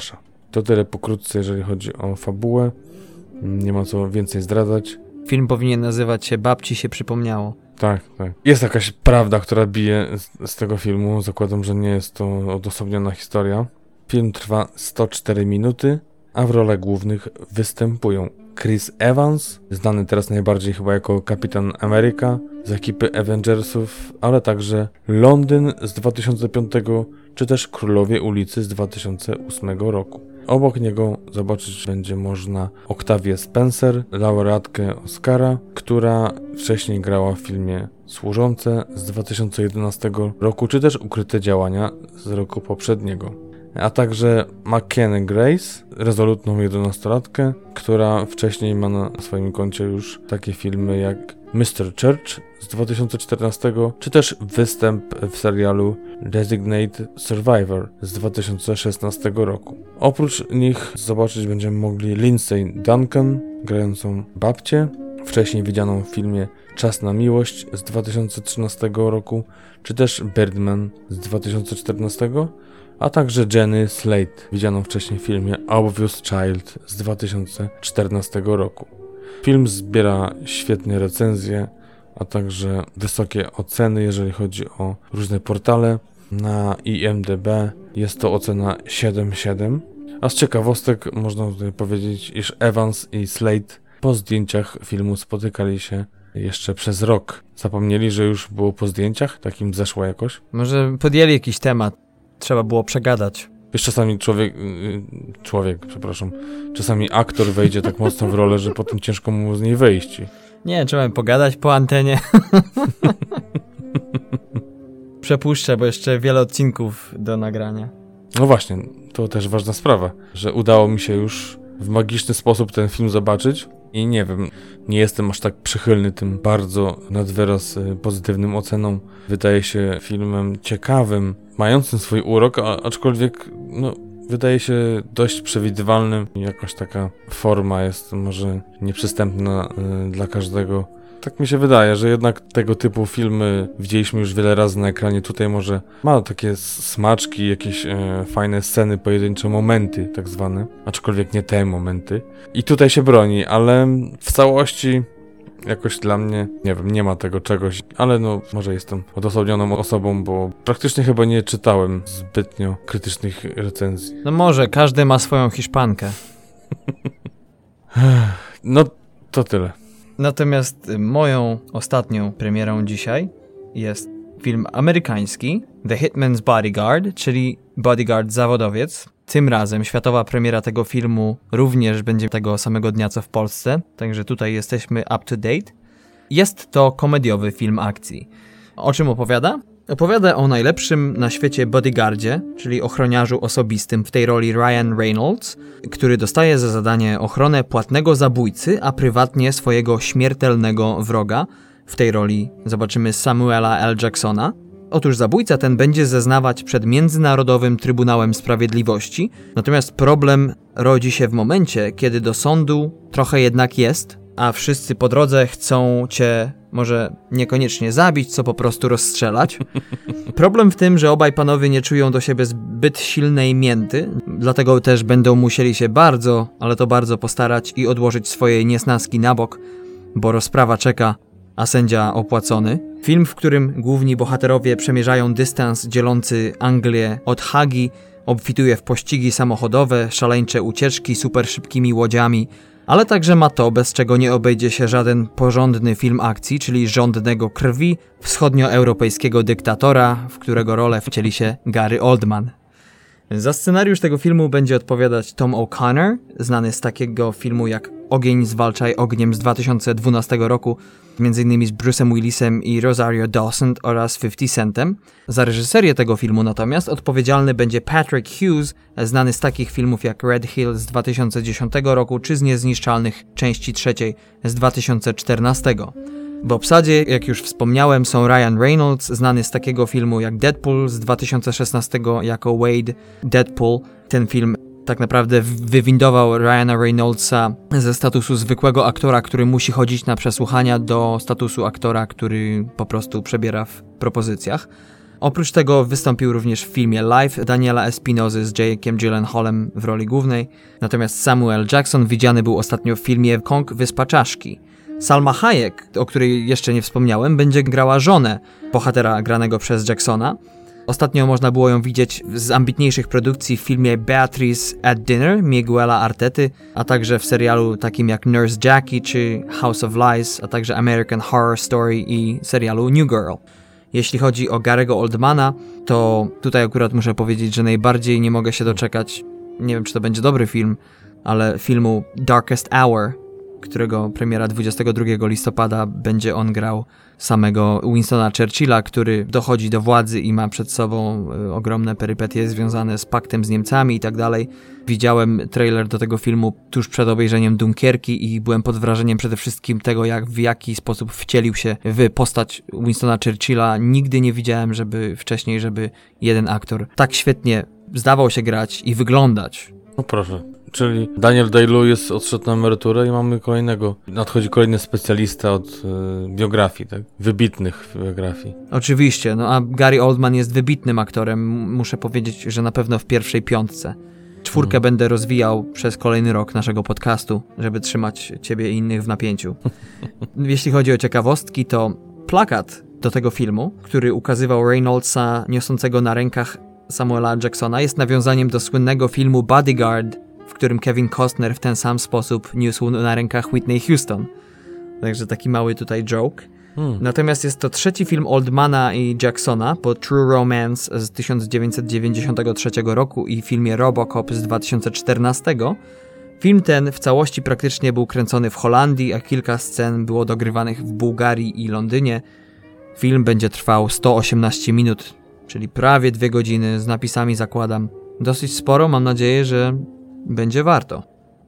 To tyle pokrótce, jeżeli chodzi o fabułę. Nie ma co więcej zdradzać. Film powinien nazywać się Babci się przypomniało. Tak, tak. Jest jakaś prawda, która bije z, z tego filmu. Zakładam, że nie jest to odosobniona historia. Film trwa sto cztery minuty, a w rolach głównych występują Chris Evans, znany teraz najbardziej chyba jako Kapitan Ameryka z ekipy Avengersów, ale także Londyn z dwa tysiące piątego, czy też Królowie ulicy z dwa tysiące ósmego roku. Obok niego zobaczyć będzie można Octavię Spencer, laureatkę Oscara, która wcześniej grała w filmie Służące z dwa tysiące jedenastego roku, czy też Ukryte działania z roku poprzedniego. A także McKenna Grace, rezolutną jedenastolatkę, która wcześniej ma na swoim koncie już takie filmy jak mister Church z dwa tysiące czternastego, czy też występ w serialu Designated Survivor z dwa tysiące szesnastego roku. Oprócz nich zobaczyć będziemy mogli Lindsay Duncan, grającą babcię, wcześniej widzianą w filmie Czas na miłość z dwa tysiące trzynastego roku, czy też Birdman z dwa tysiące czternastego, a także Jenny Slate, widzianą wcześniej w filmie Obvious Child z dwa tysiące czternastego roku. Film zbiera świetne recenzje, a także wysokie oceny, jeżeli chodzi o różne portale. Na I M D B jest to ocena siedem siedem, a z ciekawostek można tutaj powiedzieć, iż Evans i Slate po zdjęciach filmu spotykali się jeszcze przez rok. Zapomnieli, że już było po zdjęciach? Takim zeszło jakoś? Może podjęli jakiś temat. Trzeba było przegadać. Wiesz, czasami człowiek, człowiek, przepraszam, czasami aktor wejdzie tak mocno w rolę, że potem ciężko mu z niej wyjść. Nie, trzeba pogadać po antenie. Przepuszczę, bo jeszcze wiele odcinków do nagrania. No właśnie, to też ważna sprawa, że udało mi się już w magiczny sposób ten film zobaczyć i nie wiem, nie jestem aż tak przychylny tym bardzo nad wyraz pozytywnym ocenom. Wydaje się filmem ciekawym, mającym swój urok, a, aczkolwiek no, wydaje się dość przewidywalnym. Jakaś taka forma jest może nieprzystępna y, dla każdego. Tak mi się wydaje, że jednak tego typu filmy widzieliśmy już wiele razy na ekranie. Tutaj może ma takie smaczki, jakieś e, fajne sceny, pojedyncze momenty tak zwane, aczkolwiek nie te momenty. I tutaj się broni, ale w całości jakoś dla mnie, nie wiem, nie ma tego czegoś, ale no może jestem odosobnioną osobą, bo praktycznie chyba nie czytałem zbytnio krytycznych recenzji. No może, każdy ma swoją Hiszpankę. No to tyle. Natomiast moją ostatnią premierą dzisiaj jest film amerykański The Hitman's Bodyguard, czyli Bodyguard Zawodowiec. Tym razem światowa premiera tego filmu również będzie tego samego dnia co w Polsce, także tutaj jesteśmy up to date. Jest to komediowy film akcji. O czym opowiada? Opowiada o najlepszym na świecie bodyguardzie, czyli ochroniarzu osobistym, w tej roli Ryan Reynolds, który dostaje za zadanie ochronę płatnego zabójcy, a prywatnie swojego śmiertelnego wroga. W tej roli zobaczymy Samuela L. Jacksona. Otóż zabójca ten będzie zeznawać przed Międzynarodowym Trybunałem Sprawiedliwości, natomiast problem rodzi się w momencie, kiedy do sądu trochę jednak jest, a wszyscy po drodze chcą cię może niekoniecznie zabić, co po prostu rozstrzelać. Problem w tym, że obaj panowie nie czują do siebie zbyt silnej mięty, dlatego też będą musieli się bardzo, ale to bardzo postarać i odłożyć swoje niesnaski na bok, bo rozprawa czeka, a sędzia opłacony. Film, w którym główni bohaterowie przemierzają dystans dzielący Anglię od Hagi, obfituje w pościgi samochodowe, szaleńcze ucieczki super szybkimi łodziami, ale także ma to, bez czego nie obejdzie się żaden porządny film akcji, czyli żądnego krwi wschodnioeuropejskiego dyktatora, w którego rolę wcieli się Gary Oldman. Za scenariusz tego filmu będzie odpowiadać Tom O'Connor, znany z takiego filmu jak Ogień zwalczaj ogniem z dwa tysiące dwunastego roku, między innymi z Bruce'em Willisem i Rosario Dawson oraz fifty Centem. Za reżyserię tego filmu natomiast odpowiedzialny będzie Patrick Hughes, znany z takich filmów jak Red Hill z dwa tysiące dziesiątego roku czy z Niezniszczalnych części trzeciej z dwa tysiące czternastego. W obsadzie, jak już wspomniałem, są Ryan Reynolds, znany z takiego filmu jak Deadpool z dwa tysiące szesnastego jako Wade Deadpool. Ten film tak naprawdę wywindował Ryana Reynoldsa ze statusu zwykłego aktora, który musi chodzić na przesłuchania, do statusu aktora, który po prostu przebiera w propozycjach. Oprócz tego wystąpił również w filmie Live Daniela Espinozy z Jake'em Gyllenhaalem w roli głównej, natomiast Samuel Jackson widziany był ostatnio w filmie Kong Wyspa Czaszki. Salma Hayek, o której jeszcze nie wspomniałem, będzie grała żonę bohatera granego przez Jacksona. Ostatnio można było ją widzieć z ambitniejszych produkcji w filmie Beatrice at Dinner Miguela Artety, a także w serialu takim jak Nurse Jackie czy House of Lies, a także American Horror Story i serialu New Girl. Jeśli chodzi o Gary'ego Oldmana, to tutaj akurat muszę powiedzieć, że najbardziej nie mogę się doczekać, nie wiem czy to będzie dobry film, ale filmu Darkest Hour, którego premiera dwudziestego drugiego listopada będzie on grał samego Winstona Churchilla, który dochodzi do władzy i ma przed sobą ogromne perypetie związane z paktem z Niemcami i tak dalej. Widziałem trailer do tego filmu tuż przed obejrzeniem Dunkierki i byłem pod wrażeniem przede wszystkim tego, jak w jaki sposób wcielił się w postać Winstona Churchilla. Nigdy nie widziałem, żeby wcześniej, żeby jeden aktor tak świetnie zdawał się grać i wyglądać. No proszę. Czyli Daniel Day-Lewis odszedł na emeryturę i mamy kolejnego, nadchodzi kolejny specjalista od y, biografii, tak? Wybitnych biografii. Oczywiście, no a Gary Oldman jest wybitnym aktorem, muszę powiedzieć, że na pewno w pierwszej piątce. Czwórkę hmm. będę rozwijał przez kolejny rok naszego podcastu, żeby trzymać ciebie i innych w napięciu. Jeśli chodzi o ciekawostki, to plakat do tego filmu, który ukazywał Reynoldsa niosącego na rękach Samuela Jacksona, jest nawiązaniem do słynnego filmu Bodyguard, w którym Kevin Costner w ten sam sposób niósł na rękach Whitney Houston. Także taki mały tutaj joke. Hmm. Natomiast jest to trzeci film Oldmana i Jacksona po True Romance z tysiąc dziewięćset dziewięćdziesiątego trzeciego roku i filmie Robocop z dwa tysiące czternastego. Film ten w całości praktycznie był kręcony w Holandii, a kilka scen było dogrywanych w Bułgarii i Londynie. Film będzie trwał sto osiemnaście minut, czyli prawie dwie godziny, z napisami zakładam. Dosyć sporo, mam nadzieję, że będzie warto.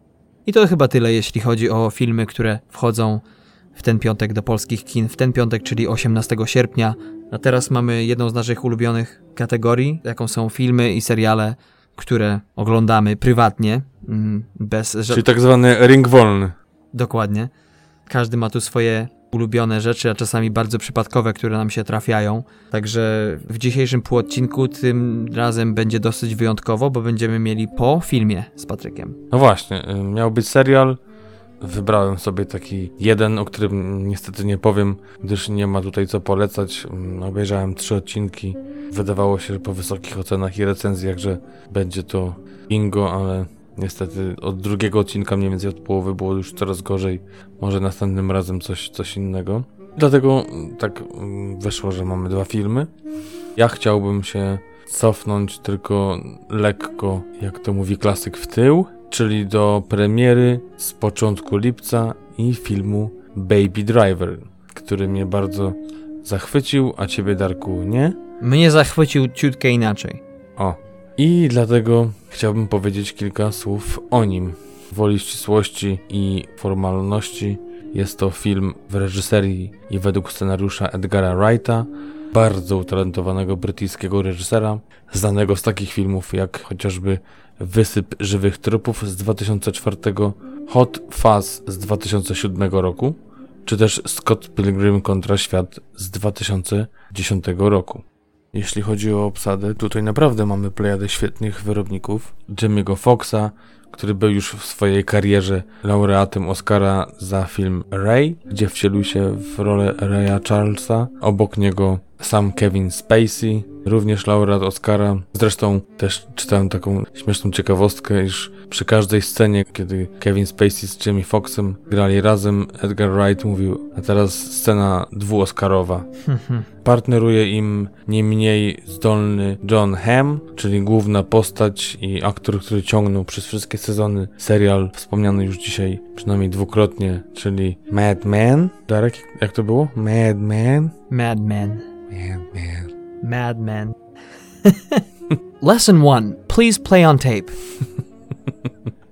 I to chyba tyle, jeśli chodzi o filmy, które wchodzą w ten piątek do polskich kin. W ten piątek, czyli osiemnastego sierpnia. A teraz mamy jedną z naszych ulubionych kategorii, jaką są filmy i seriale, które oglądamy prywatnie, bez... Czyli tak zwany ring wolny. Dokładnie. Każdy ma tu swoje ulubione rzeczy, a czasami bardzo przypadkowe, które nam się trafiają. Także w dzisiejszym półodcinku tym razem będzie dosyć wyjątkowo, bo będziemy mieli po filmie z Patrykiem. No właśnie, miał być serial. Wybrałem sobie taki jeden, o którym niestety nie powiem, gdyż nie ma tutaj co polecać. Obejrzałem trzy odcinki. Wydawało się, że po wysokich ocenach i recenzjach, że będzie to bingo, ale niestety od drugiego odcinka, mniej więcej od połowy, było już coraz gorzej. Może następnym razem coś, coś innego. Dlatego tak wyszło, że mamy dwa filmy. Ja chciałbym się cofnąć tylko lekko, jak to mówi klasyk, w tył, czyli do premiery z początku lipca i filmu Baby Driver, który mnie bardzo zachwycił, a ciebie, Darku, nie? Mnie zachwycił ciutkę inaczej. O. I dlatego chciałbym powiedzieć kilka słów o nim. Woli ścisłości i formalności jest to film w reżyserii i według scenariusza Edgara Wrighta, bardzo utalentowanego brytyjskiego reżysera, znanego z takich filmów jak chociażby Wysyp żywych trupów z dwa tysiące czwartego, Hot Fuzz z dwa tysiące siódmego roku, czy też Scott Pilgrim kontra świat z dwa tysiące dziesiątego roku. Jeśli chodzi o obsadę, tutaj naprawdę mamy plejadę świetnych wyrobników. Jimmy'ego Foxa, który był już w swojej karierze laureatem Oscara za film Ray, gdzie wcielił się w rolę Raya Charlesa. Obok niego sam Kevin Spacey, również laureat Oscara. Zresztą też czytałem taką śmieszną ciekawostkę, iż przy każdej scenie, kiedy Kevin Spacey z Jamie Foxxem grali razem, Edgar Wright mówił, a teraz scena dwuoskarowa. Partneruje im nie mniej zdolny John Hamm, czyli główna postać i aktor, który ciągnął przez wszystkie sezony serial wspomniany już dzisiaj przynajmniej dwukrotnie, czyli Mad Men. Darek, jak to było? Mad Men? Mad Men. Mad Men. Mad Men. Lesson one. Please play on tape.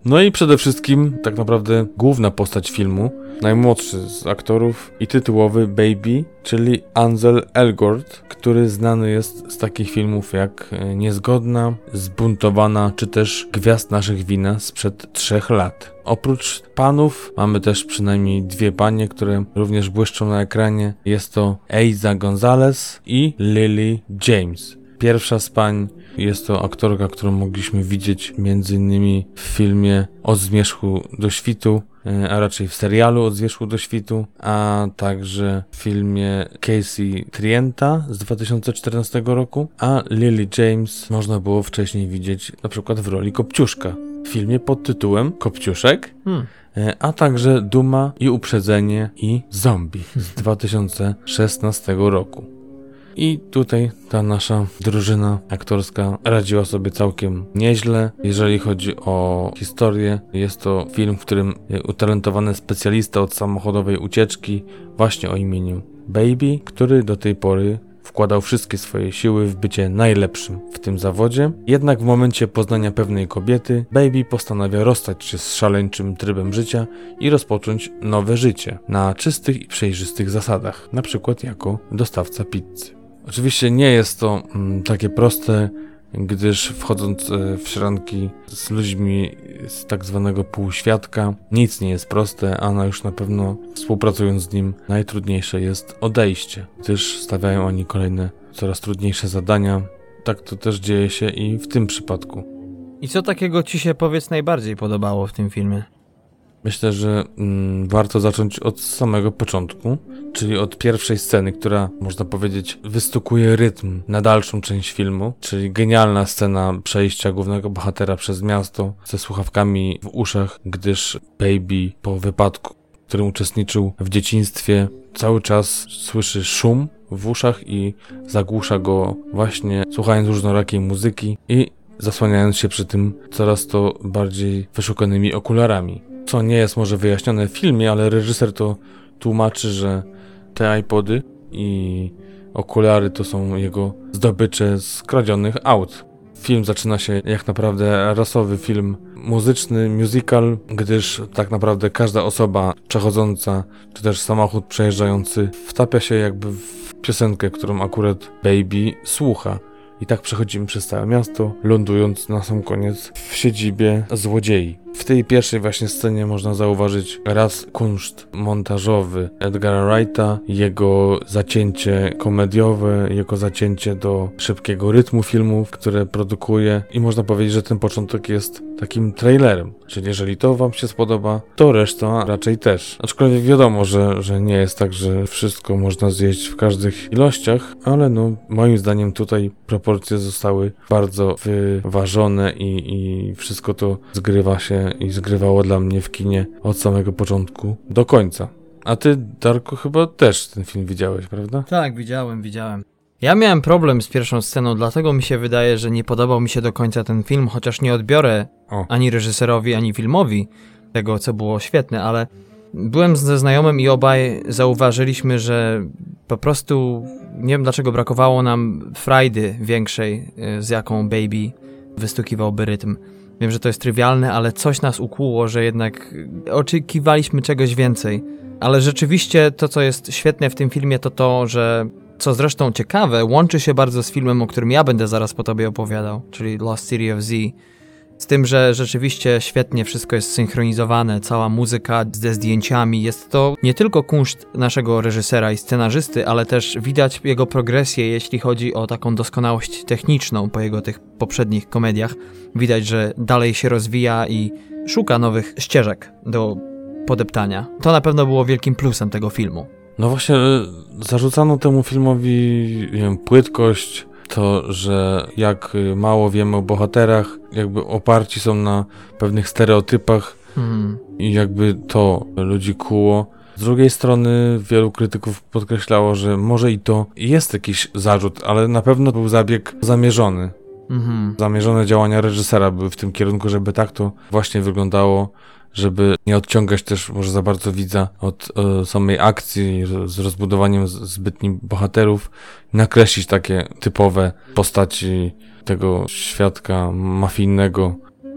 No i przede wszystkim tak naprawdę główna postać filmu, najmłodszy z aktorów i tytułowy Baby, czyli Ansel Elgort, który znany jest z takich filmów jak Niezgodna, Zbuntowana czy też Gwiazd naszych wina sprzed trzech lat. Oprócz panów mamy też przynajmniej dwie panie, które również błyszczą na ekranie. Jest to Eiza Gonzalez i Lily James. Pierwsza z pań jest to aktorka, którą mogliśmy widzieć m.in. w filmie Od zmierzchu do świtu, a raczej w serialu Od zmierzchu do świtu, a także w filmie Casey Trienta z dwa tysiące czternastego roku, a Lily James można było wcześniej widzieć na przykład w roli Kopciuszka w filmie pod tytułem Kopciuszek, hmm. a także Duma i Uprzedzenie i Zombie z dwa tysiące szesnastego roku. I tutaj ta nasza drużyna aktorska radziła sobie całkiem nieźle. Jeżeli chodzi o historię, jest to film, w którym utalentowany specjalista od samochodowej ucieczki, właśnie o imieniu Baby, który do tej pory wkładał wszystkie swoje siły w bycie najlepszym w tym zawodzie. Jednak w momencie poznania pewnej kobiety, Baby postanawia rozstać się z szaleńczym trybem życia i rozpocząć nowe życie na czystych i przejrzystych zasadach, na przykład jako dostawca pizzy. Oczywiście nie jest to mm, takie proste, gdyż wchodząc e, w szranki z ludźmi z tak zwanego półświadka, nic nie jest proste, a na już na pewno współpracując z nim najtrudniejsze jest odejście, gdyż stawiają oni kolejne, coraz trudniejsze zadania. Tak to też dzieje się i w tym przypadku. I co takiego ci się, powiedz, najbardziej podobało w tym filmie? Myślę, że mm, warto zacząć od samego początku, czyli od pierwszej sceny, która, można powiedzieć, wystukuje rytm na dalszą część filmu, czyli genialna scena przejścia głównego bohatera przez miasto ze słuchawkami w uszach, gdyż Baby po wypadku, w którym uczestniczył w dzieciństwie, cały czas słyszy szum w uszach i zagłusza go właśnie słuchając różnorakiej muzyki i zasłaniając się przy tym coraz to bardziej wyszukanymi okularami. Co nie jest może wyjaśnione w filmie, ale reżyser to tłumaczy, że te iPody i okulary to są jego zdobycze z kradzionych aut. Film zaczyna się jak naprawdę rasowy film muzyczny, musical, gdyż tak naprawdę każda osoba przechodząca, czy też samochód przejeżdżający wtapia się jakby w piosenkę, którą akurat Baby słucha. I tak przechodzimy przez całe miasto, lądując na sam koniec w siedzibie złodziei. W tej pierwszej właśnie scenie można zauważyć raz kunszt montażowy Edgara Wrighta, jego zacięcie komediowe, jego zacięcie do szybkiego rytmu filmów, które produkuje i można powiedzieć, że ten początek jest takim trailerem. Czyli jeżeli to wam się spodoba, to reszta raczej też. Aczkolwiek wiadomo, że, że nie jest tak, że wszystko można zjeść w każdych ilościach, ale no moim zdaniem tutaj proporcje zostały bardzo wyważone i, i wszystko to zgrywa się i zgrywało dla mnie w kinie od samego początku do końca. A ty, Darku, chyba też ten film widziałeś, prawda? Tak, widziałem, widziałem. Ja miałem problem z pierwszą sceną, dlatego mi się wydaje, że nie podobał mi się do końca ten film, chociaż nie odbiorę o. ani reżyserowi, ani filmowi tego, co było świetne, ale byłem ze znajomym i obaj zauważyliśmy, że po prostu nie wiem dlaczego brakowało nam frajdy większej, z jaką Baby wystukiwałby rytm. Wiem, że to jest trywialne, ale coś nas ukłuło, że jednak oczekiwaliśmy czegoś więcej. Ale rzeczywiście to, co jest świetne w tym filmie, to to, że co zresztą ciekawe, łączy się bardzo z filmem, o którym ja będę zaraz po tobie opowiadał, czyli Lost City of Z. Z tym, że rzeczywiście świetnie wszystko jest synchronizowane, cała muzyka ze zdjęciami. Jest to nie tylko kunszt naszego reżysera i scenarzysty, ale też widać jego progresję, jeśli chodzi o taką doskonałość techniczną po jego tych poprzednich komediach. Widać, że dalej się rozwija i szuka nowych ścieżek do podeptania. To na pewno było wielkim plusem tego filmu. No właśnie, zarzucano temu filmowi, nie wiem, płytkość, to, że jak mało wiemy o bohaterach, jakby oparci są na pewnych stereotypach hmm. i jakby to ludzi kuło. Z drugiej strony wielu krytyków podkreślało, że może i to jest jakiś zarzut, ale na pewno był zabieg zamierzony. Hmm. Zamierzone działania reżysera były w tym kierunku, żeby tak to właśnie wyglądało, żeby nie odciągać też może za bardzo widza od e, samej akcji z rozbudowaniem z, zbytnich bohaterów, nakreślić takie typowe postaci tego świadka mafijnego.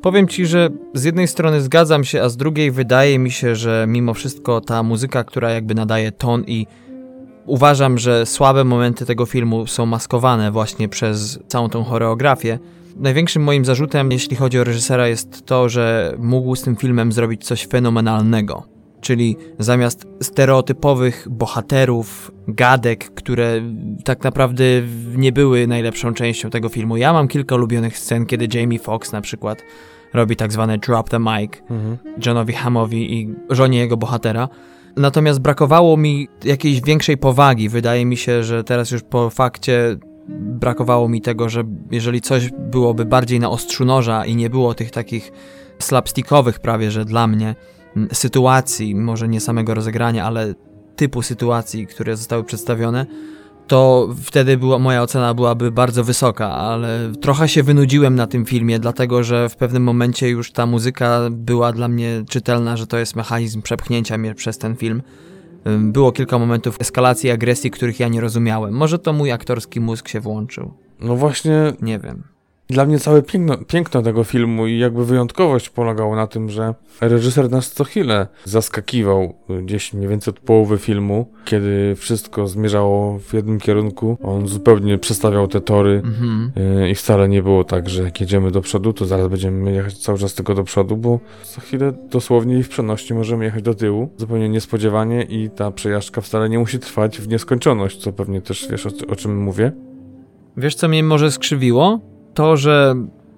Powiem ci, że z jednej strony zgadzam się, a z drugiej wydaje mi się, że mimo wszystko ta muzyka, która jakby nadaje ton i uważam, że słabe momenty tego filmu są maskowane właśnie przez całą tą choreografię. Największym moim zarzutem, jeśli chodzi o reżysera, jest to, że mógł z tym filmem zrobić coś fenomenalnego. Czyli zamiast stereotypowych bohaterów, gadek, które tak naprawdę nie były najlepszą częścią tego filmu. Ja mam kilka ulubionych scen, kiedy Jamie Foxx na przykład robi tak zwane drop the mic mhm. Johnowi Hammowi i żonie jego bohatera. Natomiast brakowało mi jakiejś większej powagi. Wydaje mi się, że teraz już po fakcie brakowało mi tego, że jeżeli coś byłoby bardziej na ostrzu noża i nie było tych takich slapstickowych prawie, że dla mnie sytuacji, może nie samego rozegrania, ale typu sytuacji, które zostały przedstawione, to wtedy była, moja ocena byłaby bardzo wysoka, ale trochę się wynudziłem na tym filmie, dlatego że w pewnym momencie już ta muzyka była dla mnie czytelna, że to jest mechanizm przepchnięcia mnie przez ten film. Było kilka momentów eskalacji agresji, których ja nie rozumiałem. Może to mój aktorski mózg się włączył. No właśnie... Nie wiem. Dla mnie całe piękno, piękno tego filmu i jakby wyjątkowość polegało na tym, że reżyser nas co chwilę zaskakiwał gdzieś mniej więcej od połowy filmu, kiedy wszystko zmierzało w jednym kierunku. On zupełnie przestawiał te tory mhm. i wcale nie było tak, że jak jedziemy do przodu, to zaraz będziemy jechać cały czas tylko do przodu, bo za chwilę dosłownie i w przenośni możemy jechać do tyłu, zupełnie niespodziewanie i ta przejażdżka wcale nie musi trwać w nieskończoność, co pewnie też wiesz o, o czym mówię. Wiesz, co mnie może skrzywiło? To, że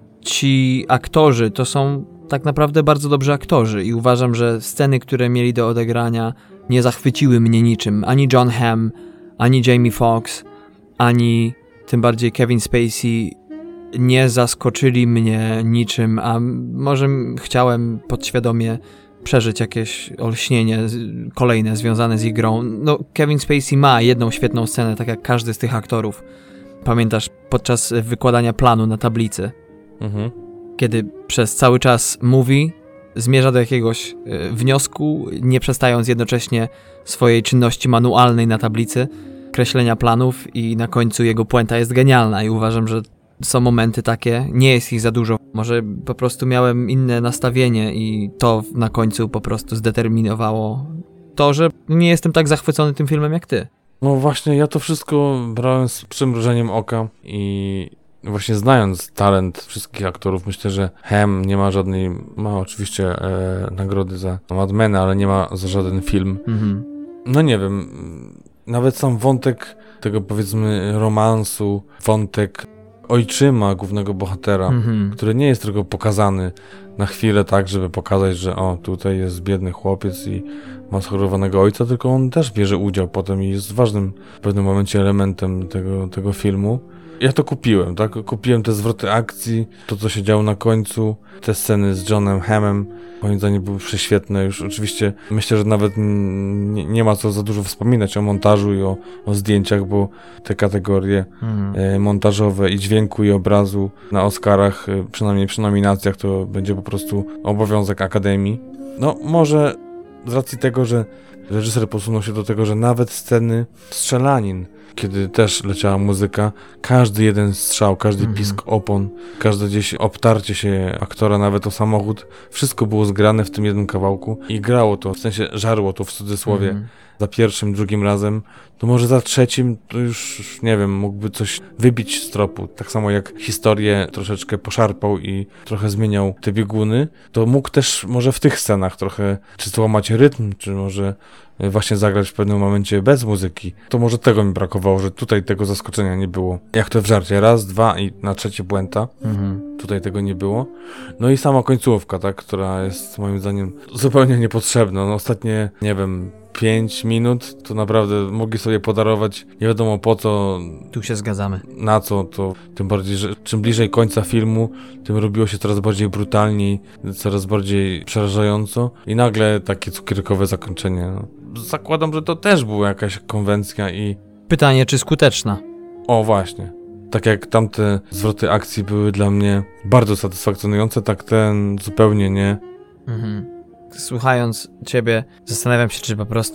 ci aktorzy to są tak naprawdę bardzo dobrzy aktorzy i uważam, że sceny, które mieli do odegrania, nie zachwyciły mnie niczym. Ani Jon Hamm, ani Jamie Foxx, ani tym bardziej Kevin Spacey nie zaskoczyli mnie niczym, a może chciałem podświadomie przeżyć jakieś olśnienie kolejne związane z ich grą. No, Kevin Spacey ma jedną świetną scenę, tak jak każdy z tych aktorów. Pamiętasz, podczas wykładania planu na tablicy, mhm. kiedy przez cały czas mówi, zmierza do jakiegoś y, wniosku, nie przestając jednocześnie swojej czynności manualnej na tablicy, kreślenia planów i na końcu jego puenta jest genialna i uważam, że są momenty takie, nie jest ich za dużo. Może po prostu miałem inne nastawienie i to na końcu po prostu zdeterminowało to, że nie jestem tak zachwycony tym filmem jak ty. No właśnie, ja to wszystko brałem z przymrużeniem oka i właśnie znając talent wszystkich aktorów, myślę, że Hamm nie ma żadnej, ma oczywiście e, nagrody za Mad Mena, ale nie ma za żaden film. Mhm. No nie wiem, nawet sam wątek tego powiedzmy romansu, wątek ojczyma głównego bohatera, mhm. który nie jest tylko pokazany na chwilę tak, żeby pokazać, że o, tutaj jest biedny chłopiec i ma schorowanego ojca, tylko on też bierze udział potem i jest ważnym w pewnym momencie elementem tego, tego filmu. Ja to kupiłem, tak? Kupiłem te zwroty akcji, to co się działo na końcu, te sceny z Johnem Hammem, moim zdaniem były prześwietne. Już oczywiście myślę, że nawet nie, nie ma co za dużo wspominać o montażu i o, o zdjęciach, bo te kategorie mhm. e, montażowe i dźwięku i obrazu na Oscarach, e, przynajmniej przy nominacjach, to będzie po prostu obowiązek Akademii. No może z racji tego, że reżyser posunął się do tego, że nawet sceny strzelanin, kiedy też leciała muzyka, każdy jeden strzał, każdy mm. pisk opon, każde gdzieś obtarcie się aktora, nawet o samochód, wszystko było zgrane w tym jednym kawałku i grało to, w sensie żarło to w cudzysłowie, mm. za pierwszym, drugim razem, to może za trzecim to już, nie wiem, mógłby coś wybić z tropu. Tak samo jak historię troszeczkę poszarpał i trochę zmieniał te bieguny, to mógł też może w tych scenach trochę czy złamać rytm, czy może właśnie zagrać w pewnym momencie bez muzyki. To może tego mi brakowało, że tutaj tego zaskoczenia nie było. Jak to w żarcie, raz, dwa i na trzecie błęta. Mhm. Tutaj tego nie było. No i sama końcówka, tak, która jest moim zdaniem zupełnie niepotrzebna. No ostatnie, nie wiem, pięć minut, to naprawdę mogli sobie podarować nie wiadomo po co. Tu się zgadzamy. Na co, to tym bardziej, że czym bliżej końca filmu, tym robiło się coraz bardziej brutalniej, coraz bardziej przerażająco i nagle takie cukierkowe zakończenie. No. Zakładam, że to też była jakaś konwencja i... Pytanie, czy skuteczna? O, właśnie. Tak jak tamte zwroty akcji były dla mnie bardzo satysfakcjonujące, tak ten zupełnie nie. Mhm. Słuchając ciebie, zastanawiam się, czy po prostu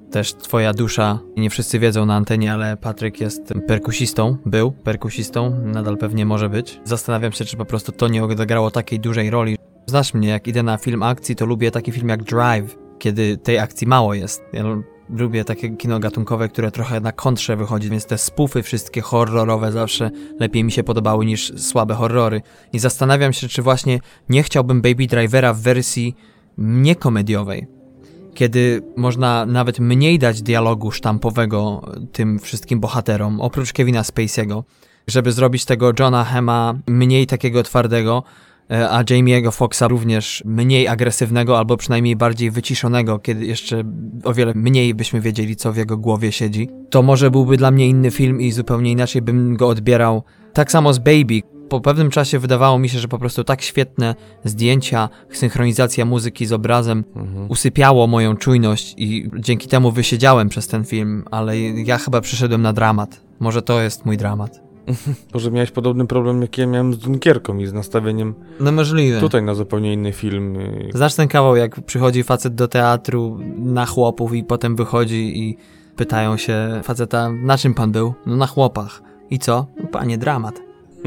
też twoja dusza. Nie wszyscy wiedzą na antenie, ale Patryk jest perkusistą, był perkusistą, nadal pewnie może być. Zastanawiam się, czy po prostu to nie odegrało takiej dużej roli. Znasz mnie, jak idę na film akcji, to lubię taki film jak Drive, kiedy tej akcji mało jest. Ja lubię takie kino gatunkowe, które trochę na kontrze wychodzi, więc te spufy wszystkie horrorowe zawsze lepiej mi się podobały niż słabe horrory. I zastanawiam się, czy właśnie nie chciałbym Baby Drivera w wersji niekomediowej, kiedy można nawet mniej dać dialogu sztampowego tym wszystkim bohaterom, oprócz Kevina Spacey'ego, żeby zrobić tego Johna Hamma mniej takiego twardego, a Jamie'ego Foxxa również mniej agresywnego, albo przynajmniej bardziej wyciszonego, kiedy jeszcze o wiele mniej byśmy wiedzieli, co w jego głowie siedzi. To może byłby dla mnie inny film i zupełnie inaczej bym go odbierał. Tak samo z Baby. Po pewnym czasie wydawało mi się, że po prostu tak świetne zdjęcia, synchronizacja muzyki z obrazem mhm. usypiało moją czujność i dzięki temu wysiedziałem przez ten film, ale ja chyba przyszedłem na dramat. Może to jest mój dramat. Może miałeś podobny problem, jaki ja miałem z Dunkierką i z nastawieniem no możliwe. Tutaj na zupełnie inny film. Znasz ten kawał, jak przychodzi facet do teatru na chłopów i potem wychodzi i pytają się faceta, na czym pan był? No na chłopach. I co? No, panie, dramat.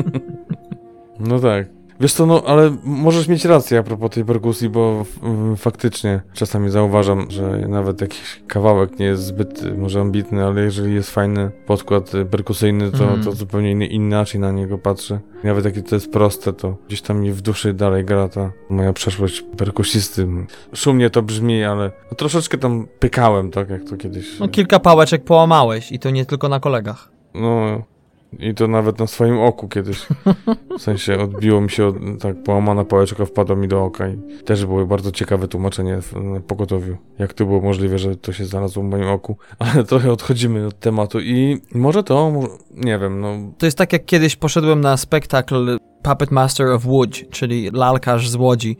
No tak. Wiesz co, no ale możesz mieć rację a propos tej perkusji, bo f- faktycznie czasami zauważam, że nawet jakiś kawałek nie jest zbyt może ambitny, ale jeżeli jest fajny podkład perkusyjny, to, mm. to zupełnie inny, inaczej na niego patrzę. Nawet jak to jest proste, to gdzieś tam mi w duszy dalej gra ta moja przeszłość perkusisty. Szumnie to brzmi, ale no, troszeczkę tam pykałem, tak jak to kiedyś. No kilka pałeczek połamałeś i to nie tylko na kolegach. No... I to nawet na swoim oku kiedyś. W sensie odbiło mi się, od, tak połamana pałeczka wpadła mi do oka i też było bardzo ciekawe tłumaczenie w, na pogotowiu. Jak to było możliwe, że to się znalazło w moim oku. Ale trochę odchodzimy od tematu i może to, nie wiem, no... To jest tak jak kiedyś poszedłem na spektakl Puppet Master of Łódź, czyli lalkarz z Łodzi.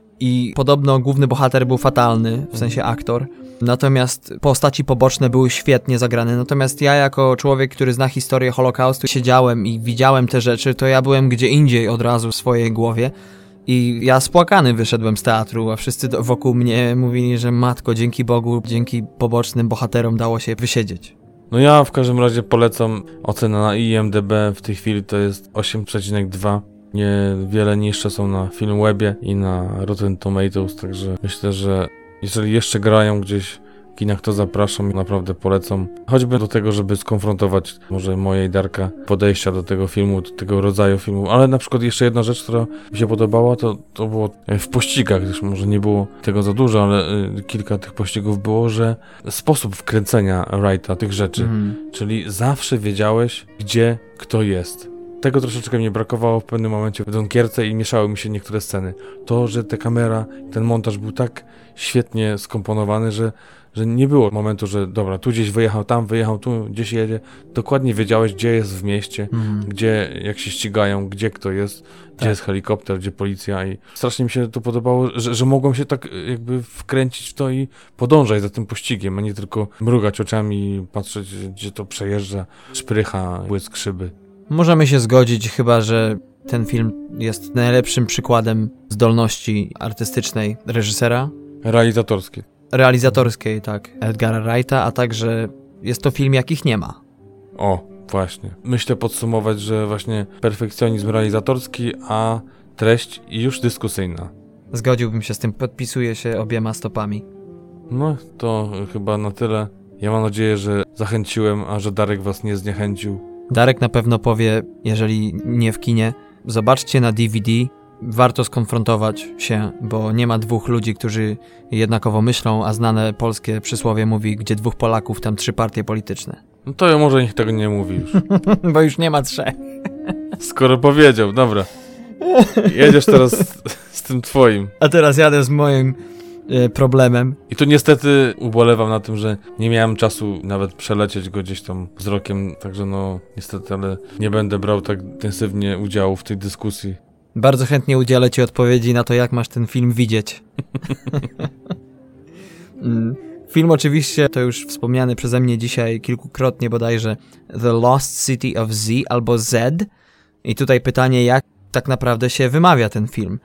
I podobno główny bohater był fatalny, w sensie aktor. Natomiast postaci poboczne były świetnie zagrane. Natomiast ja jako człowiek, który zna historię Holokaustu, siedziałem i widziałem te rzeczy, to ja byłem gdzie indziej od razu w swojej głowie. I ja spłakany wyszedłem z teatru, a wszyscy wokół mnie mówili, że matko, dzięki Bogu, dzięki pobocznym bohaterom dało się wysiedzieć. No ja w każdym razie polecam. Ocena na I M D B w tej chwili to jest osiem przecinek dwa. Niewiele niższe są na Filmwebie i na Rotten Tomatoes, także myślę, że jeżeli jeszcze grają gdzieś w kinach, to zapraszam, naprawdę polecam. Choćby do tego, żeby skonfrontować może moje i Darka podejścia do tego filmu, do tego rodzaju filmu. Ale na przykład jeszcze jedna rzecz, która mi się podobała, to, to było w pościgach, gdyż może nie było tego za dużo, ale y, kilka tych pościgów było, że sposób wkręcenia Wrighta tych rzeczy, mm. czyli zawsze wiedziałeś, gdzie kto jest. Tego troszeczkę mi brakowało w pewnym momencie w Dunkierce i mieszały mi się niektóre sceny. To, że ta kamera, ten montaż był tak świetnie skomponowany, że, że nie było momentu, że dobra, tu gdzieś wyjechał, tam wyjechał, tu gdzieś jedzie. Dokładnie wiedziałeś, gdzie jest w mieście, mm. gdzie, jak się ścigają, gdzie kto jest, gdzie tak. jest helikopter, gdzie policja i strasznie mi się to podobało, że, że mogłem się tak jakby wkręcić w to i podążać za tym pościgiem, a nie tylko mrugać oczami i patrzeć, gdzie to przejeżdża, szprycha, błysk szyby. Możemy się zgodzić, chyba że ten film jest najlepszym przykładem zdolności artystycznej reżysera. Realizatorskiej. Realizatorskiej, tak. Edgara Wrighta, a także jest to film, jakich nie ma. O, właśnie. Myślę podsumować, że właśnie perfekcjonizm realizatorski, a treść już dyskusyjna. Zgodziłbym się z tym, podpisuję się obiema stopami. No, to chyba na tyle. Ja mam nadzieję, że zachęciłem, a że Darek was nie zniechęcił. Darek na pewno powie, jeżeli nie w kinie, zobaczcie na D V D, warto skonfrontować się, bo nie ma dwóch ludzi, którzy jednakowo myślą, a znane polskie przysłowie mówi, gdzie dwóch Polaków, tam trzy partie polityczne. No to ja może niech tego nie mówi już. Bo już nie ma trzech. Skoro powiedział, dobra. Jedziesz teraz z, z tym twoim. A teraz jadę z moim problemem. I tu niestety ubolewam na tym, że nie miałem czasu nawet przelecieć go gdzieś tam wzrokiem, także no niestety, ale nie będę brał tak intensywnie udziału w tej dyskusji. Bardzo chętnie udzielę ci odpowiedzi na to, jak masz ten film widzieć. Film oczywiście, to już wspomniany przeze mnie dzisiaj kilkukrotnie bodajże, The Lost City of Z albo Z. I tutaj pytanie, jak tak naprawdę się wymawia ten film.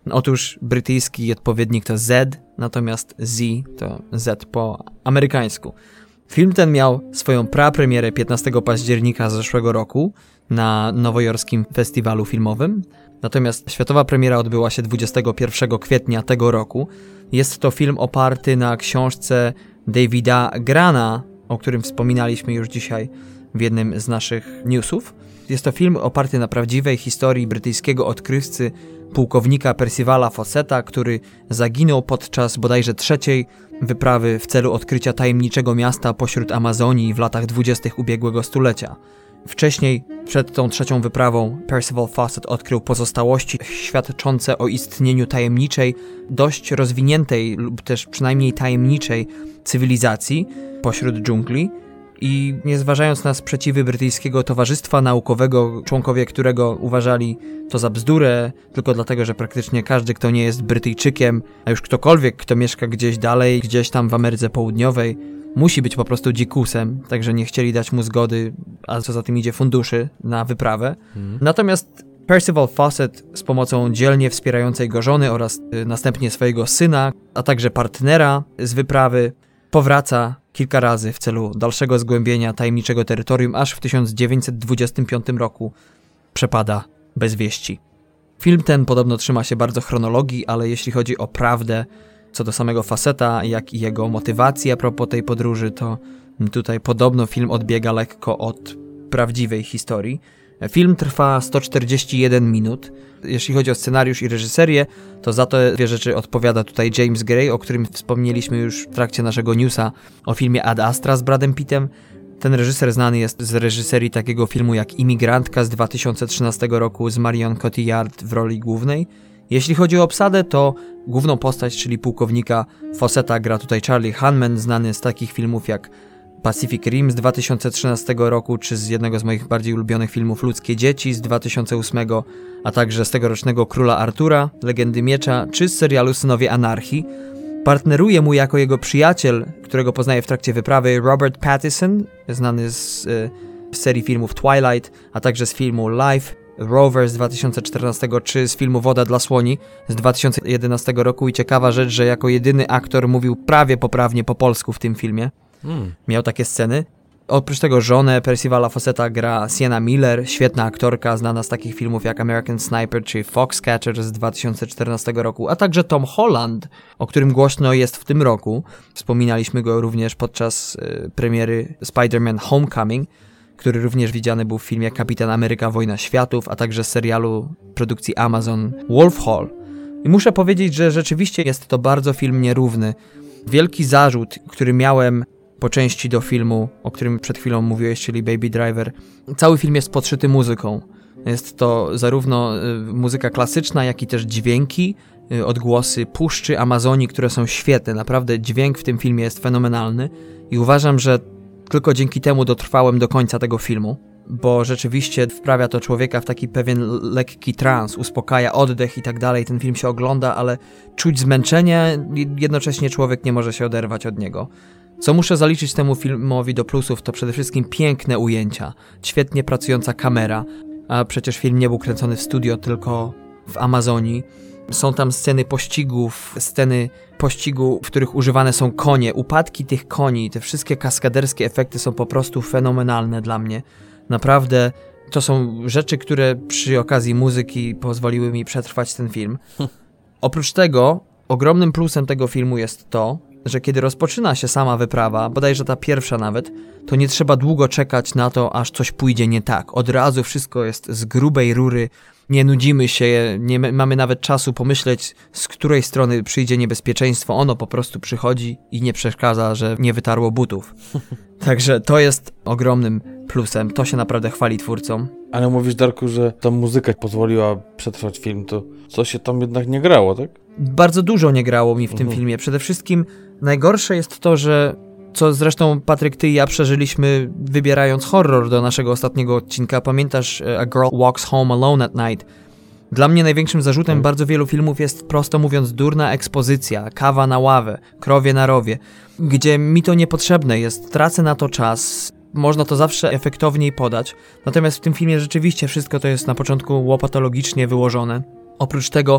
Otóż brytyjski odpowiednik to Z, natomiast Z to Z po amerykańsku. Film ten miał swoją prapremierę piętnastego października zeszłego roku na nowojorskim festiwalu filmowym, natomiast światowa premiera odbyła się dwudziestego pierwszego kwietnia tego roku. Jest to film oparty na książce Davida Grana, o którym wspominaliśmy już dzisiaj w jednym z naszych newsów. Jest to film oparty na prawdziwej historii brytyjskiego odkrywcy pułkownika Percivala Fawcetta, który zaginął podczas bodajże trzeciej wyprawy w celu odkrycia tajemniczego miasta pośród Amazonii w latach dwudziestych ubiegłego stulecia. Wcześniej, przed tą trzecią wyprawą, Percival Fawcett odkrył pozostałości świadczące o istnieniu tajemniczej, dość rozwiniętej lub też przynajmniej tajemniczej cywilizacji pośród dżungli i nie zważając na sprzeciwy brytyjskiego towarzystwa naukowego, członkowie którego uważali to za bzdurę, tylko dlatego, że praktycznie każdy, kto nie jest Brytyjczykiem, a już ktokolwiek, kto mieszka gdzieś dalej, gdzieś tam w Ameryce Południowej, musi być po prostu dzikusem, także nie chcieli dać mu zgody, a co za tym idzie funduszy na wyprawę. Hmm. Natomiast Percival Fawcett z pomocą dzielnie wspierającej go żony oraz y, następnie swojego syna, a także partnera z wyprawy powraca kilka razy w celu dalszego zgłębienia tajemniczego terytorium, aż w tysiąc dziewięćset dwudziestym piątym roku przepada bez wieści. Film ten podobno trzyma się bardzo chronologii, ale jeśli chodzi o prawdę co do samego Fawcetta, jak i jego motywacji a propos tej podróży, to tutaj podobno film odbiega lekko od prawdziwej historii. Film trwa sto czterdzieści jeden minut. Jeśli chodzi o scenariusz i reżyserię, to za te dwie rzeczy odpowiada tutaj James Gray, o którym wspomnieliśmy już w trakcie naszego newsa o filmie Ad Astra z Bradem Pittem. Ten reżyser znany jest z reżyserii takiego filmu jak Imigrantka z dwa tysiące trzynastego roku z Marion Cotillard w roli głównej. Jeśli chodzi o obsadę, to główną postać, czyli pułkownika Fawcetta, gra tutaj Charlie Hunnam, znany z takich filmów jak Pacific Rim z dwa tysiące trzynastego roku, czy z jednego z moich bardziej ulubionych filmów Ludzkie Dzieci z dwa tysiące ósmego, a także z tegorocznego Króla Artura, Legendy Miecza, czy z serialu Synowie Anarchii. Partneruje mu jako jego przyjaciel, którego poznaje w trakcie wyprawy, Robert Pattinson, znany z, y, z serii filmów Twilight, a także z filmu Life, Rover z dwa tysiące czternastego, czy z filmu Woda dla słoni z dwa tysiące jedenastego roku. I ciekawa rzecz, że jako jedyny aktor mówił prawie poprawnie po polsku w tym filmie. Mm. Miał takie sceny. Oprócz tego żonę Percivala Fawcetta gra Sienna Miller, świetna aktorka, znana z takich filmów jak American Sniper czy Foxcatcher z dwa tysiące czternastego roku, a także Tom Holland, o którym głośno jest w tym roku. Wspominaliśmy go również podczas y, premiery Spider-Man Homecoming, który również widziany był w filmie Kapitan Ameryka Wojna Światów, a także serialu produkcji Amazon Wolf Hall. I muszę powiedzieć, że rzeczywiście jest to bardzo film nierówny. Wielki zarzut, który miałem po części do filmu, o którym przed chwilą mówiłeś, czyli Baby Driver. Cały film jest podszyty muzyką. Jest to zarówno y, muzyka klasyczna, jak i też dźwięki, y, odgłosy puszczy Amazonii, które są świetne. Naprawdę dźwięk w tym filmie jest fenomenalny i uważam, że tylko dzięki temu dotrwałem do końca tego filmu, bo rzeczywiście wprawia to człowieka w taki pewien lekki trans, uspokaja oddech i tak dalej. Ten film się ogląda, ale czuć zmęczenie, jednocześnie człowiek nie może się oderwać od niego. Co muszę zaliczyć temu filmowi do plusów, to przede wszystkim piękne ujęcia, świetnie pracująca kamera, a przecież film nie był kręcony w studio, tylko w Amazonii. Są tam sceny pościgów, sceny pościgu, w których używane są konie, upadki tych koni, te wszystkie kaskaderskie efekty są po prostu fenomenalne dla mnie. Naprawdę to są rzeczy, które przy okazji muzyki pozwoliły mi przetrwać ten film. Oprócz tego, ogromnym plusem tego filmu jest to, że kiedy rozpoczyna się sama wyprawa, bodajże ta pierwsza nawet, to nie trzeba długo czekać na to, aż coś pójdzie nie tak. Od razu wszystko jest z grubej rury, nie nudzimy się, nie mamy nawet czasu pomyśleć, z której strony przyjdzie niebezpieczeństwo. Ono po prostu przychodzi i nie przeszkadza, że nie wytarło butów. Także to jest ogromnym plusem. To się naprawdę chwali twórcom. Ale mówisz, Darku, że ta muzyka pozwoliła przetrwać film, to coś się tam jednak nie grało, tak? Bardzo dużo nie grało mi w tym Mhm. filmie. Przede wszystkim najgorsze jest to, że co zresztą Patryk, ty i ja przeżyliśmy wybierając horror do naszego ostatniego odcinka. Pamiętasz A Girl Walks Home Alone at Night? Dla mnie największym zarzutem Hmm. bardzo wielu filmów jest, prosto mówiąc, durna ekspozycja, kawa na ławę, krowie na rowie, gdzie mi to niepotrzebne jest, tracę na to czas, można to zawsze efektowniej podać. Natomiast w tym filmie rzeczywiście wszystko to jest na początku łopatologicznie wyłożone. Oprócz tego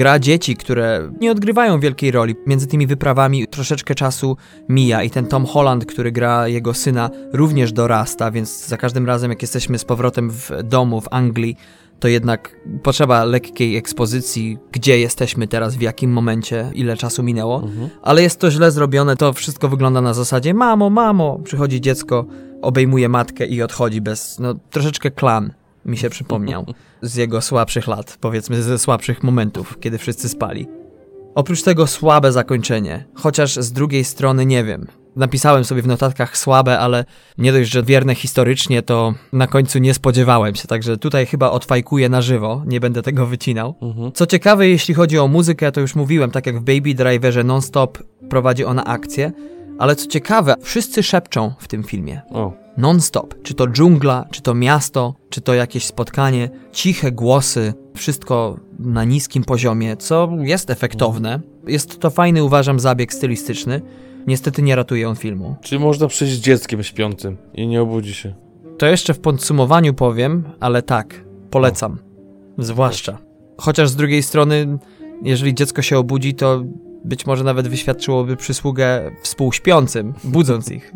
gra dzieci, które nie odgrywają wielkiej roli. Między tymi wyprawami troszeczkę czasu mija i ten Tom Holland, który gra jego syna, również dorasta, więc za każdym razem, jak jesteśmy z powrotem w domu w Anglii, to jednak potrzeba lekkiej ekspozycji, gdzie jesteśmy teraz, w jakim momencie, ile czasu minęło, mhm. ale jest to źle zrobione, to wszystko wygląda na zasadzie mamo, mamo, przychodzi dziecko, obejmuje matkę i odchodzi bez, no troszeczkę Klan mi się przypomniał z jego słabszych lat, powiedzmy ze słabszych momentów, kiedy wszyscy spali. Oprócz tego słabe zakończenie, chociaż z drugiej strony nie wiem. Napisałem sobie w notatkach słabe, ale nie dość, że wierne historycznie, to na końcu nie spodziewałem się, także tutaj chyba odfajkuję na żywo, nie będę tego wycinał. Mhm. Co ciekawe, jeśli chodzi o muzykę, to już mówiłem, tak jak w Baby Driverze non-stop prowadzi ona akcję, ale co ciekawe, wszyscy szepczą w tym filmie. Oh. Non-stop. Czy to dżungla, czy to miasto, czy to jakieś spotkanie, ciche głosy, wszystko na niskim poziomie, co jest efektowne. Jest to fajny, uważam, zabieg stylistyczny. Niestety nie ratuje on filmu. Czyli można przejść z dzieckiem śpiącym i nie obudzi się. To jeszcze w podsumowaniu powiem, ale tak, polecam. O. Zwłaszcza. Chociaż z drugiej strony, jeżeli dziecko się obudzi, to być może nawet wyświadczyłoby przysługę współśpiącym, budząc ich.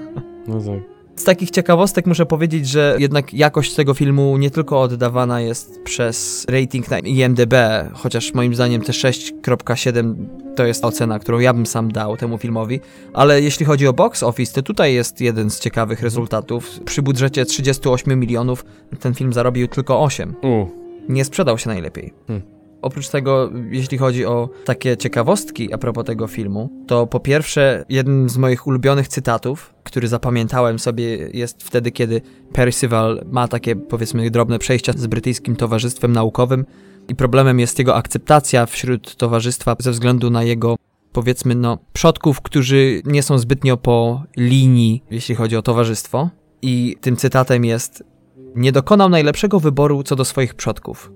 No tak. Z takich ciekawostek muszę powiedzieć, że jednak jakość tego filmu nie tylko oddawana jest przez rating na I M D B, chociaż moim zdaniem te sześć przecinek siedem to jest ocena, którą ja bym sam dał temu filmowi, ale jeśli chodzi o box office, to tutaj jest jeden z ciekawych rezultatów. Przy budżecie trzydzieści osiem milionów ten film zarobił tylko osiem. Uh. Nie sprzedał się najlepiej. Hmm. Oprócz tego, jeśli chodzi o takie ciekawostki a propos tego filmu, to po pierwsze, jednym z moich ulubionych cytatów, który zapamiętałem sobie, jest wtedy, kiedy Percival ma takie, powiedzmy, drobne przejścia z brytyjskim towarzystwem naukowym i problemem jest jego akceptacja wśród towarzystwa ze względu na jego, powiedzmy, no, przodków, którzy nie są zbytnio po linii, jeśli chodzi o towarzystwo. I tym cytatem jest: nie dokonał najlepszego wyboru co do swoich przodków.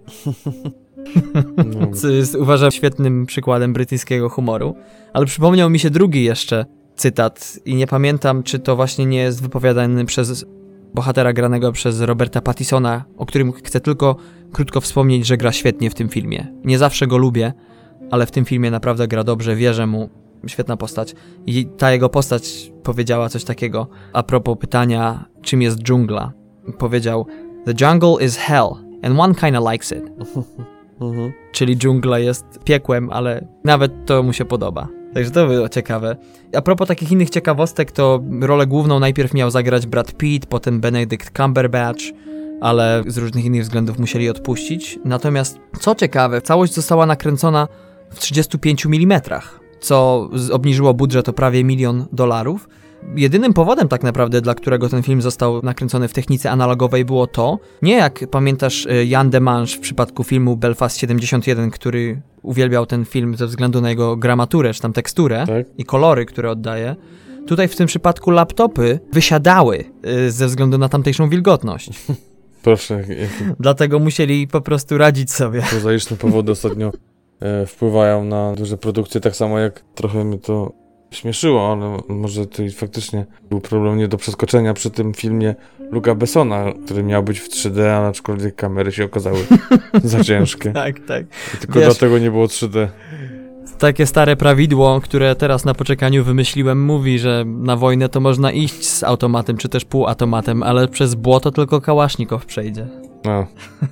No. Co jest, uważam, świetnym przykładem brytyjskiego humoru. Ale przypomniał mi się drugi jeszcze cytat i nie pamiętam, czy to właśnie nie jest wypowiadany przez bohatera granego przez Roberta Pattisona, o którym chcę tylko krótko wspomnieć, że gra świetnie w tym filmie. Nie zawsze go lubię, ale w tym filmie naprawdę gra dobrze, wierzę mu. Świetna postać. I ta jego postać powiedziała coś takiego a propos pytania, czym jest dżungla. Powiedział: the jungle is hell and one kinda likes it. Mhm. Czyli dżungla jest piekłem, ale nawet to mu się podoba. Także to było ciekawe. A propos takich innych ciekawostek, to rolę główną najpierw miał zagrać Brad Pitt, potem Benedict Cumberbatch, ale z różnych innych względów musieli odpuścić. Natomiast, co ciekawe, całość została nakręcona w trzydziestu pięciu milimetrach, co obniżyło budżet o prawie milion dolarów. Jedynym powodem tak naprawdę, dla którego ten film został nakręcony w technice analogowej, było to, nie jak pamiętasz Jan Demange w przypadku filmu Belfast siedemdziesiąt jeden, który uwielbiał ten film ze względu na jego gramaturę, czy tam teksturę, tak, i kolory, które oddaje. Tutaj w tym przypadku laptopy wysiadały yy, ze względu na tamtejszą wilgotność. Proszę. Dlatego musieli po prostu radzić sobie. Prozaiczne powody ostatnio e, wpływają na duże produkcje, tak samo jak trochę mi to śmieszyło, ale może to faktycznie był problem nie do przeskoczenia przy tym filmie Luca Bessona, który miał być w trzy D, a aczkolwiek kamery się okazały za ciężkie. Tak, tak. I tylko Wiesz, dlatego nie było trzy D. Takie stare prawidło, które teraz na poczekaniu wymyśliłem, mówi, że na wojnę to można iść z automatem, czy też półautomatem, ale przez błoto tylko kałasznikow przejdzie. No.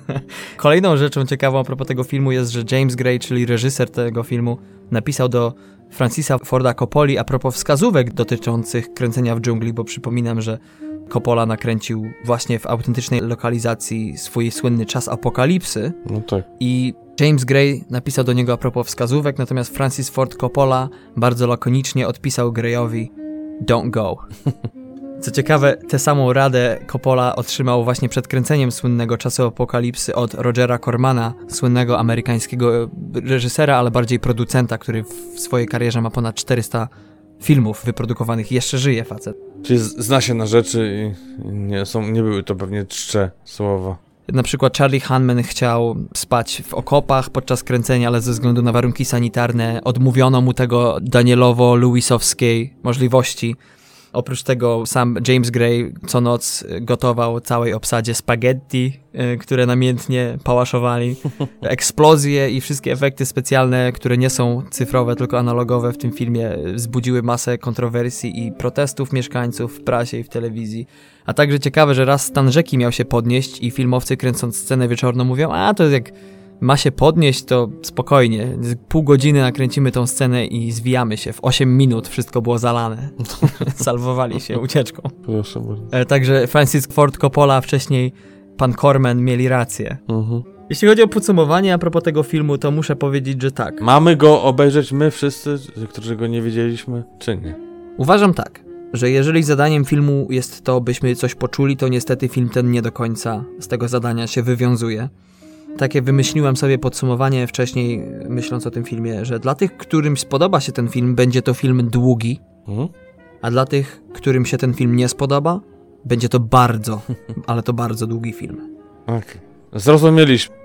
Kolejną rzeczą ciekawą a propos tego filmu jest, że James Gray, czyli reżyser tego filmu, napisał do Francisa Forda Coppoli a propos wskazówek dotyczących kręcenia w dżungli, bo przypominam, że Coppola nakręcił właśnie w autentycznej lokalizacji swój słynny Czas Apokalipsy. No tak. I James Gray napisał do niego a propos wskazówek, natomiast Francis Ford Coppola bardzo lakonicznie odpisał Grayowi: don't go. Co ciekawe, tę samą radę Coppola otrzymał właśnie przed kręceniem słynnego Czasu Apokalipsy od Rogera Cormana, słynnego amerykańskiego reżysera, ale bardziej producenta, który w swojej karierze ma ponad czterysta filmów wyprodukowanych i jeszcze żyje facet. Czyli zna się na rzeczy i nie, są, nie były to pewnie czcze słowa. Na przykład Charlie Hunnam chciał spać w okopach podczas kręcenia, ale ze względu na warunki sanitarne odmówiono mu tego Danielowo-Lewisowskiej możliwości. Oprócz tego sam James Gray co noc gotował całej obsadzie spaghetti, y, które namiętnie pałaszowali. Eksplozje i wszystkie efekty specjalne, które nie są cyfrowe, tylko analogowe w tym filmie, wzbudziły masę kontrowersji i protestów mieszkańców w prasie i w telewizji. A także ciekawe, że raz stan rzeki miał się podnieść i filmowcy kręcąc scenę wieczorną mówią, a to jest jak ma się podnieść, to spokojnie, pół godziny nakręcimy tą scenę i zwijamy się. W osiem minut wszystko było zalane. Salwowali się ucieczką. Proszę bardzo. E, także Francis Ford Coppola, wcześniej pan Corman mieli rację. Mhm. Jeśli chodzi o podsumowanie a propos tego filmu, to muszę powiedzieć, że tak. Mamy go obejrzeć my wszyscy, którzy go nie widzieliśmy, czy nie? Uważam tak, że jeżeli zadaniem filmu jest to, byśmy coś poczuli, to niestety film ten nie do końca z tego zadania się wywiązuje. Takie wymyśliłem sobie podsumowanie wcześniej, myśląc o tym filmie, że dla tych, którym spodoba się ten film, będzie to film długi, Mhm. a dla tych, którym się ten film nie spodoba, będzie to bardzo, ale to bardzo długi film. Okej. Okay. Zrozumieliśmy.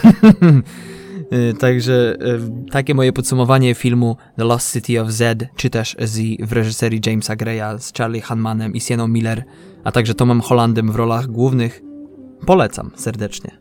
Także takie moje podsumowanie filmu The Lost City of Z, czy też Z w reżyserii Jamesa Graya z Charlie Hunmanem i Sienną Miller, a także Tomem Hollandem w rolach głównych, polecam serdecznie.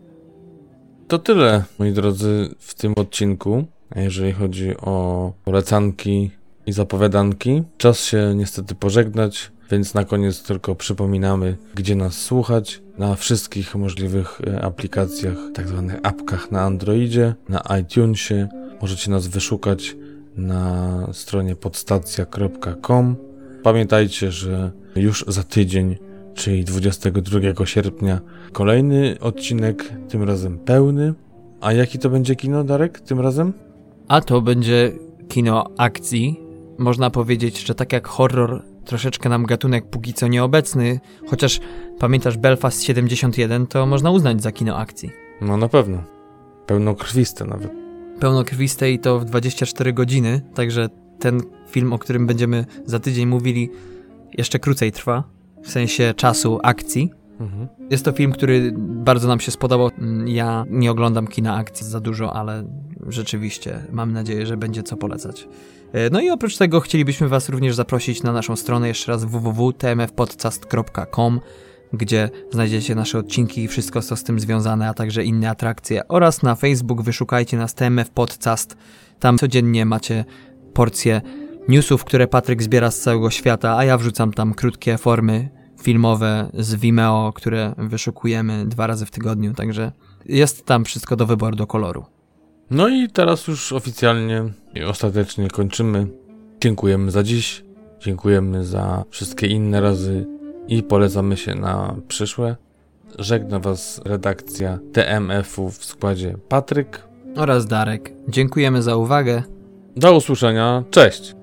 To tyle, moi drodzy, w tym odcinku, jeżeli chodzi o polecanki i zapowiadanki. Czas się niestety pożegnać, więc na koniec tylko przypominamy, gdzie nas słuchać. Na wszystkich możliwych aplikacjach, tak zwanych apkach na Androidzie, na iTunesie. Możecie nas wyszukać na stronie podstacja kropka com. Pamiętajcie, że już za tydzień, czyli dwudziestego drugiego sierpnia, kolejny odcinek, tym razem pełny. A jaki to będzie kino, Darek, tym razem? A to będzie kino akcji. Można powiedzieć, że tak jak horror, troszeczkę nam gatunek póki co nieobecny, chociaż pamiętasz Belfast siedemdziesiąt jeden, to można uznać za kino akcji. No na pewno. Pełnokrwiste nawet. Pełnokrwiste i to w dwadzieścia cztery godziny, także ten film, o którym będziemy za tydzień mówili, jeszcze krócej trwa, w sensie czasu akcji. Mhm. Jest to film, który bardzo nam się spodobał. Ja nie oglądam kina akcji za dużo, ale rzeczywiście mam nadzieję, że będzie co polecać. No i oprócz tego chcielibyśmy was również zaprosić na naszą stronę jeszcze raz w w w kropka t m f podcast kropka com, gdzie znajdziecie nasze odcinki i wszystko, co z tym związane, a także inne atrakcje, oraz na Facebook wyszukajcie nas T M F Podcast. Tam codziennie macie porcje newsów, które Patryk zbiera z całego świata, a ja wrzucam tam krótkie formy filmowe z Vimeo, które wyszukujemy dwa razy w tygodniu, także jest tam wszystko do wyboru, do koloru. No i teraz już oficjalnie i ostatecznie kończymy. Dziękujemy za dziś, dziękujemy za wszystkie inne razy i polecamy się na przyszłe. Żegna was redakcja T M F-u w składzie Patryk oraz Darek. Dziękujemy za uwagę. Do usłyszenia, cześć!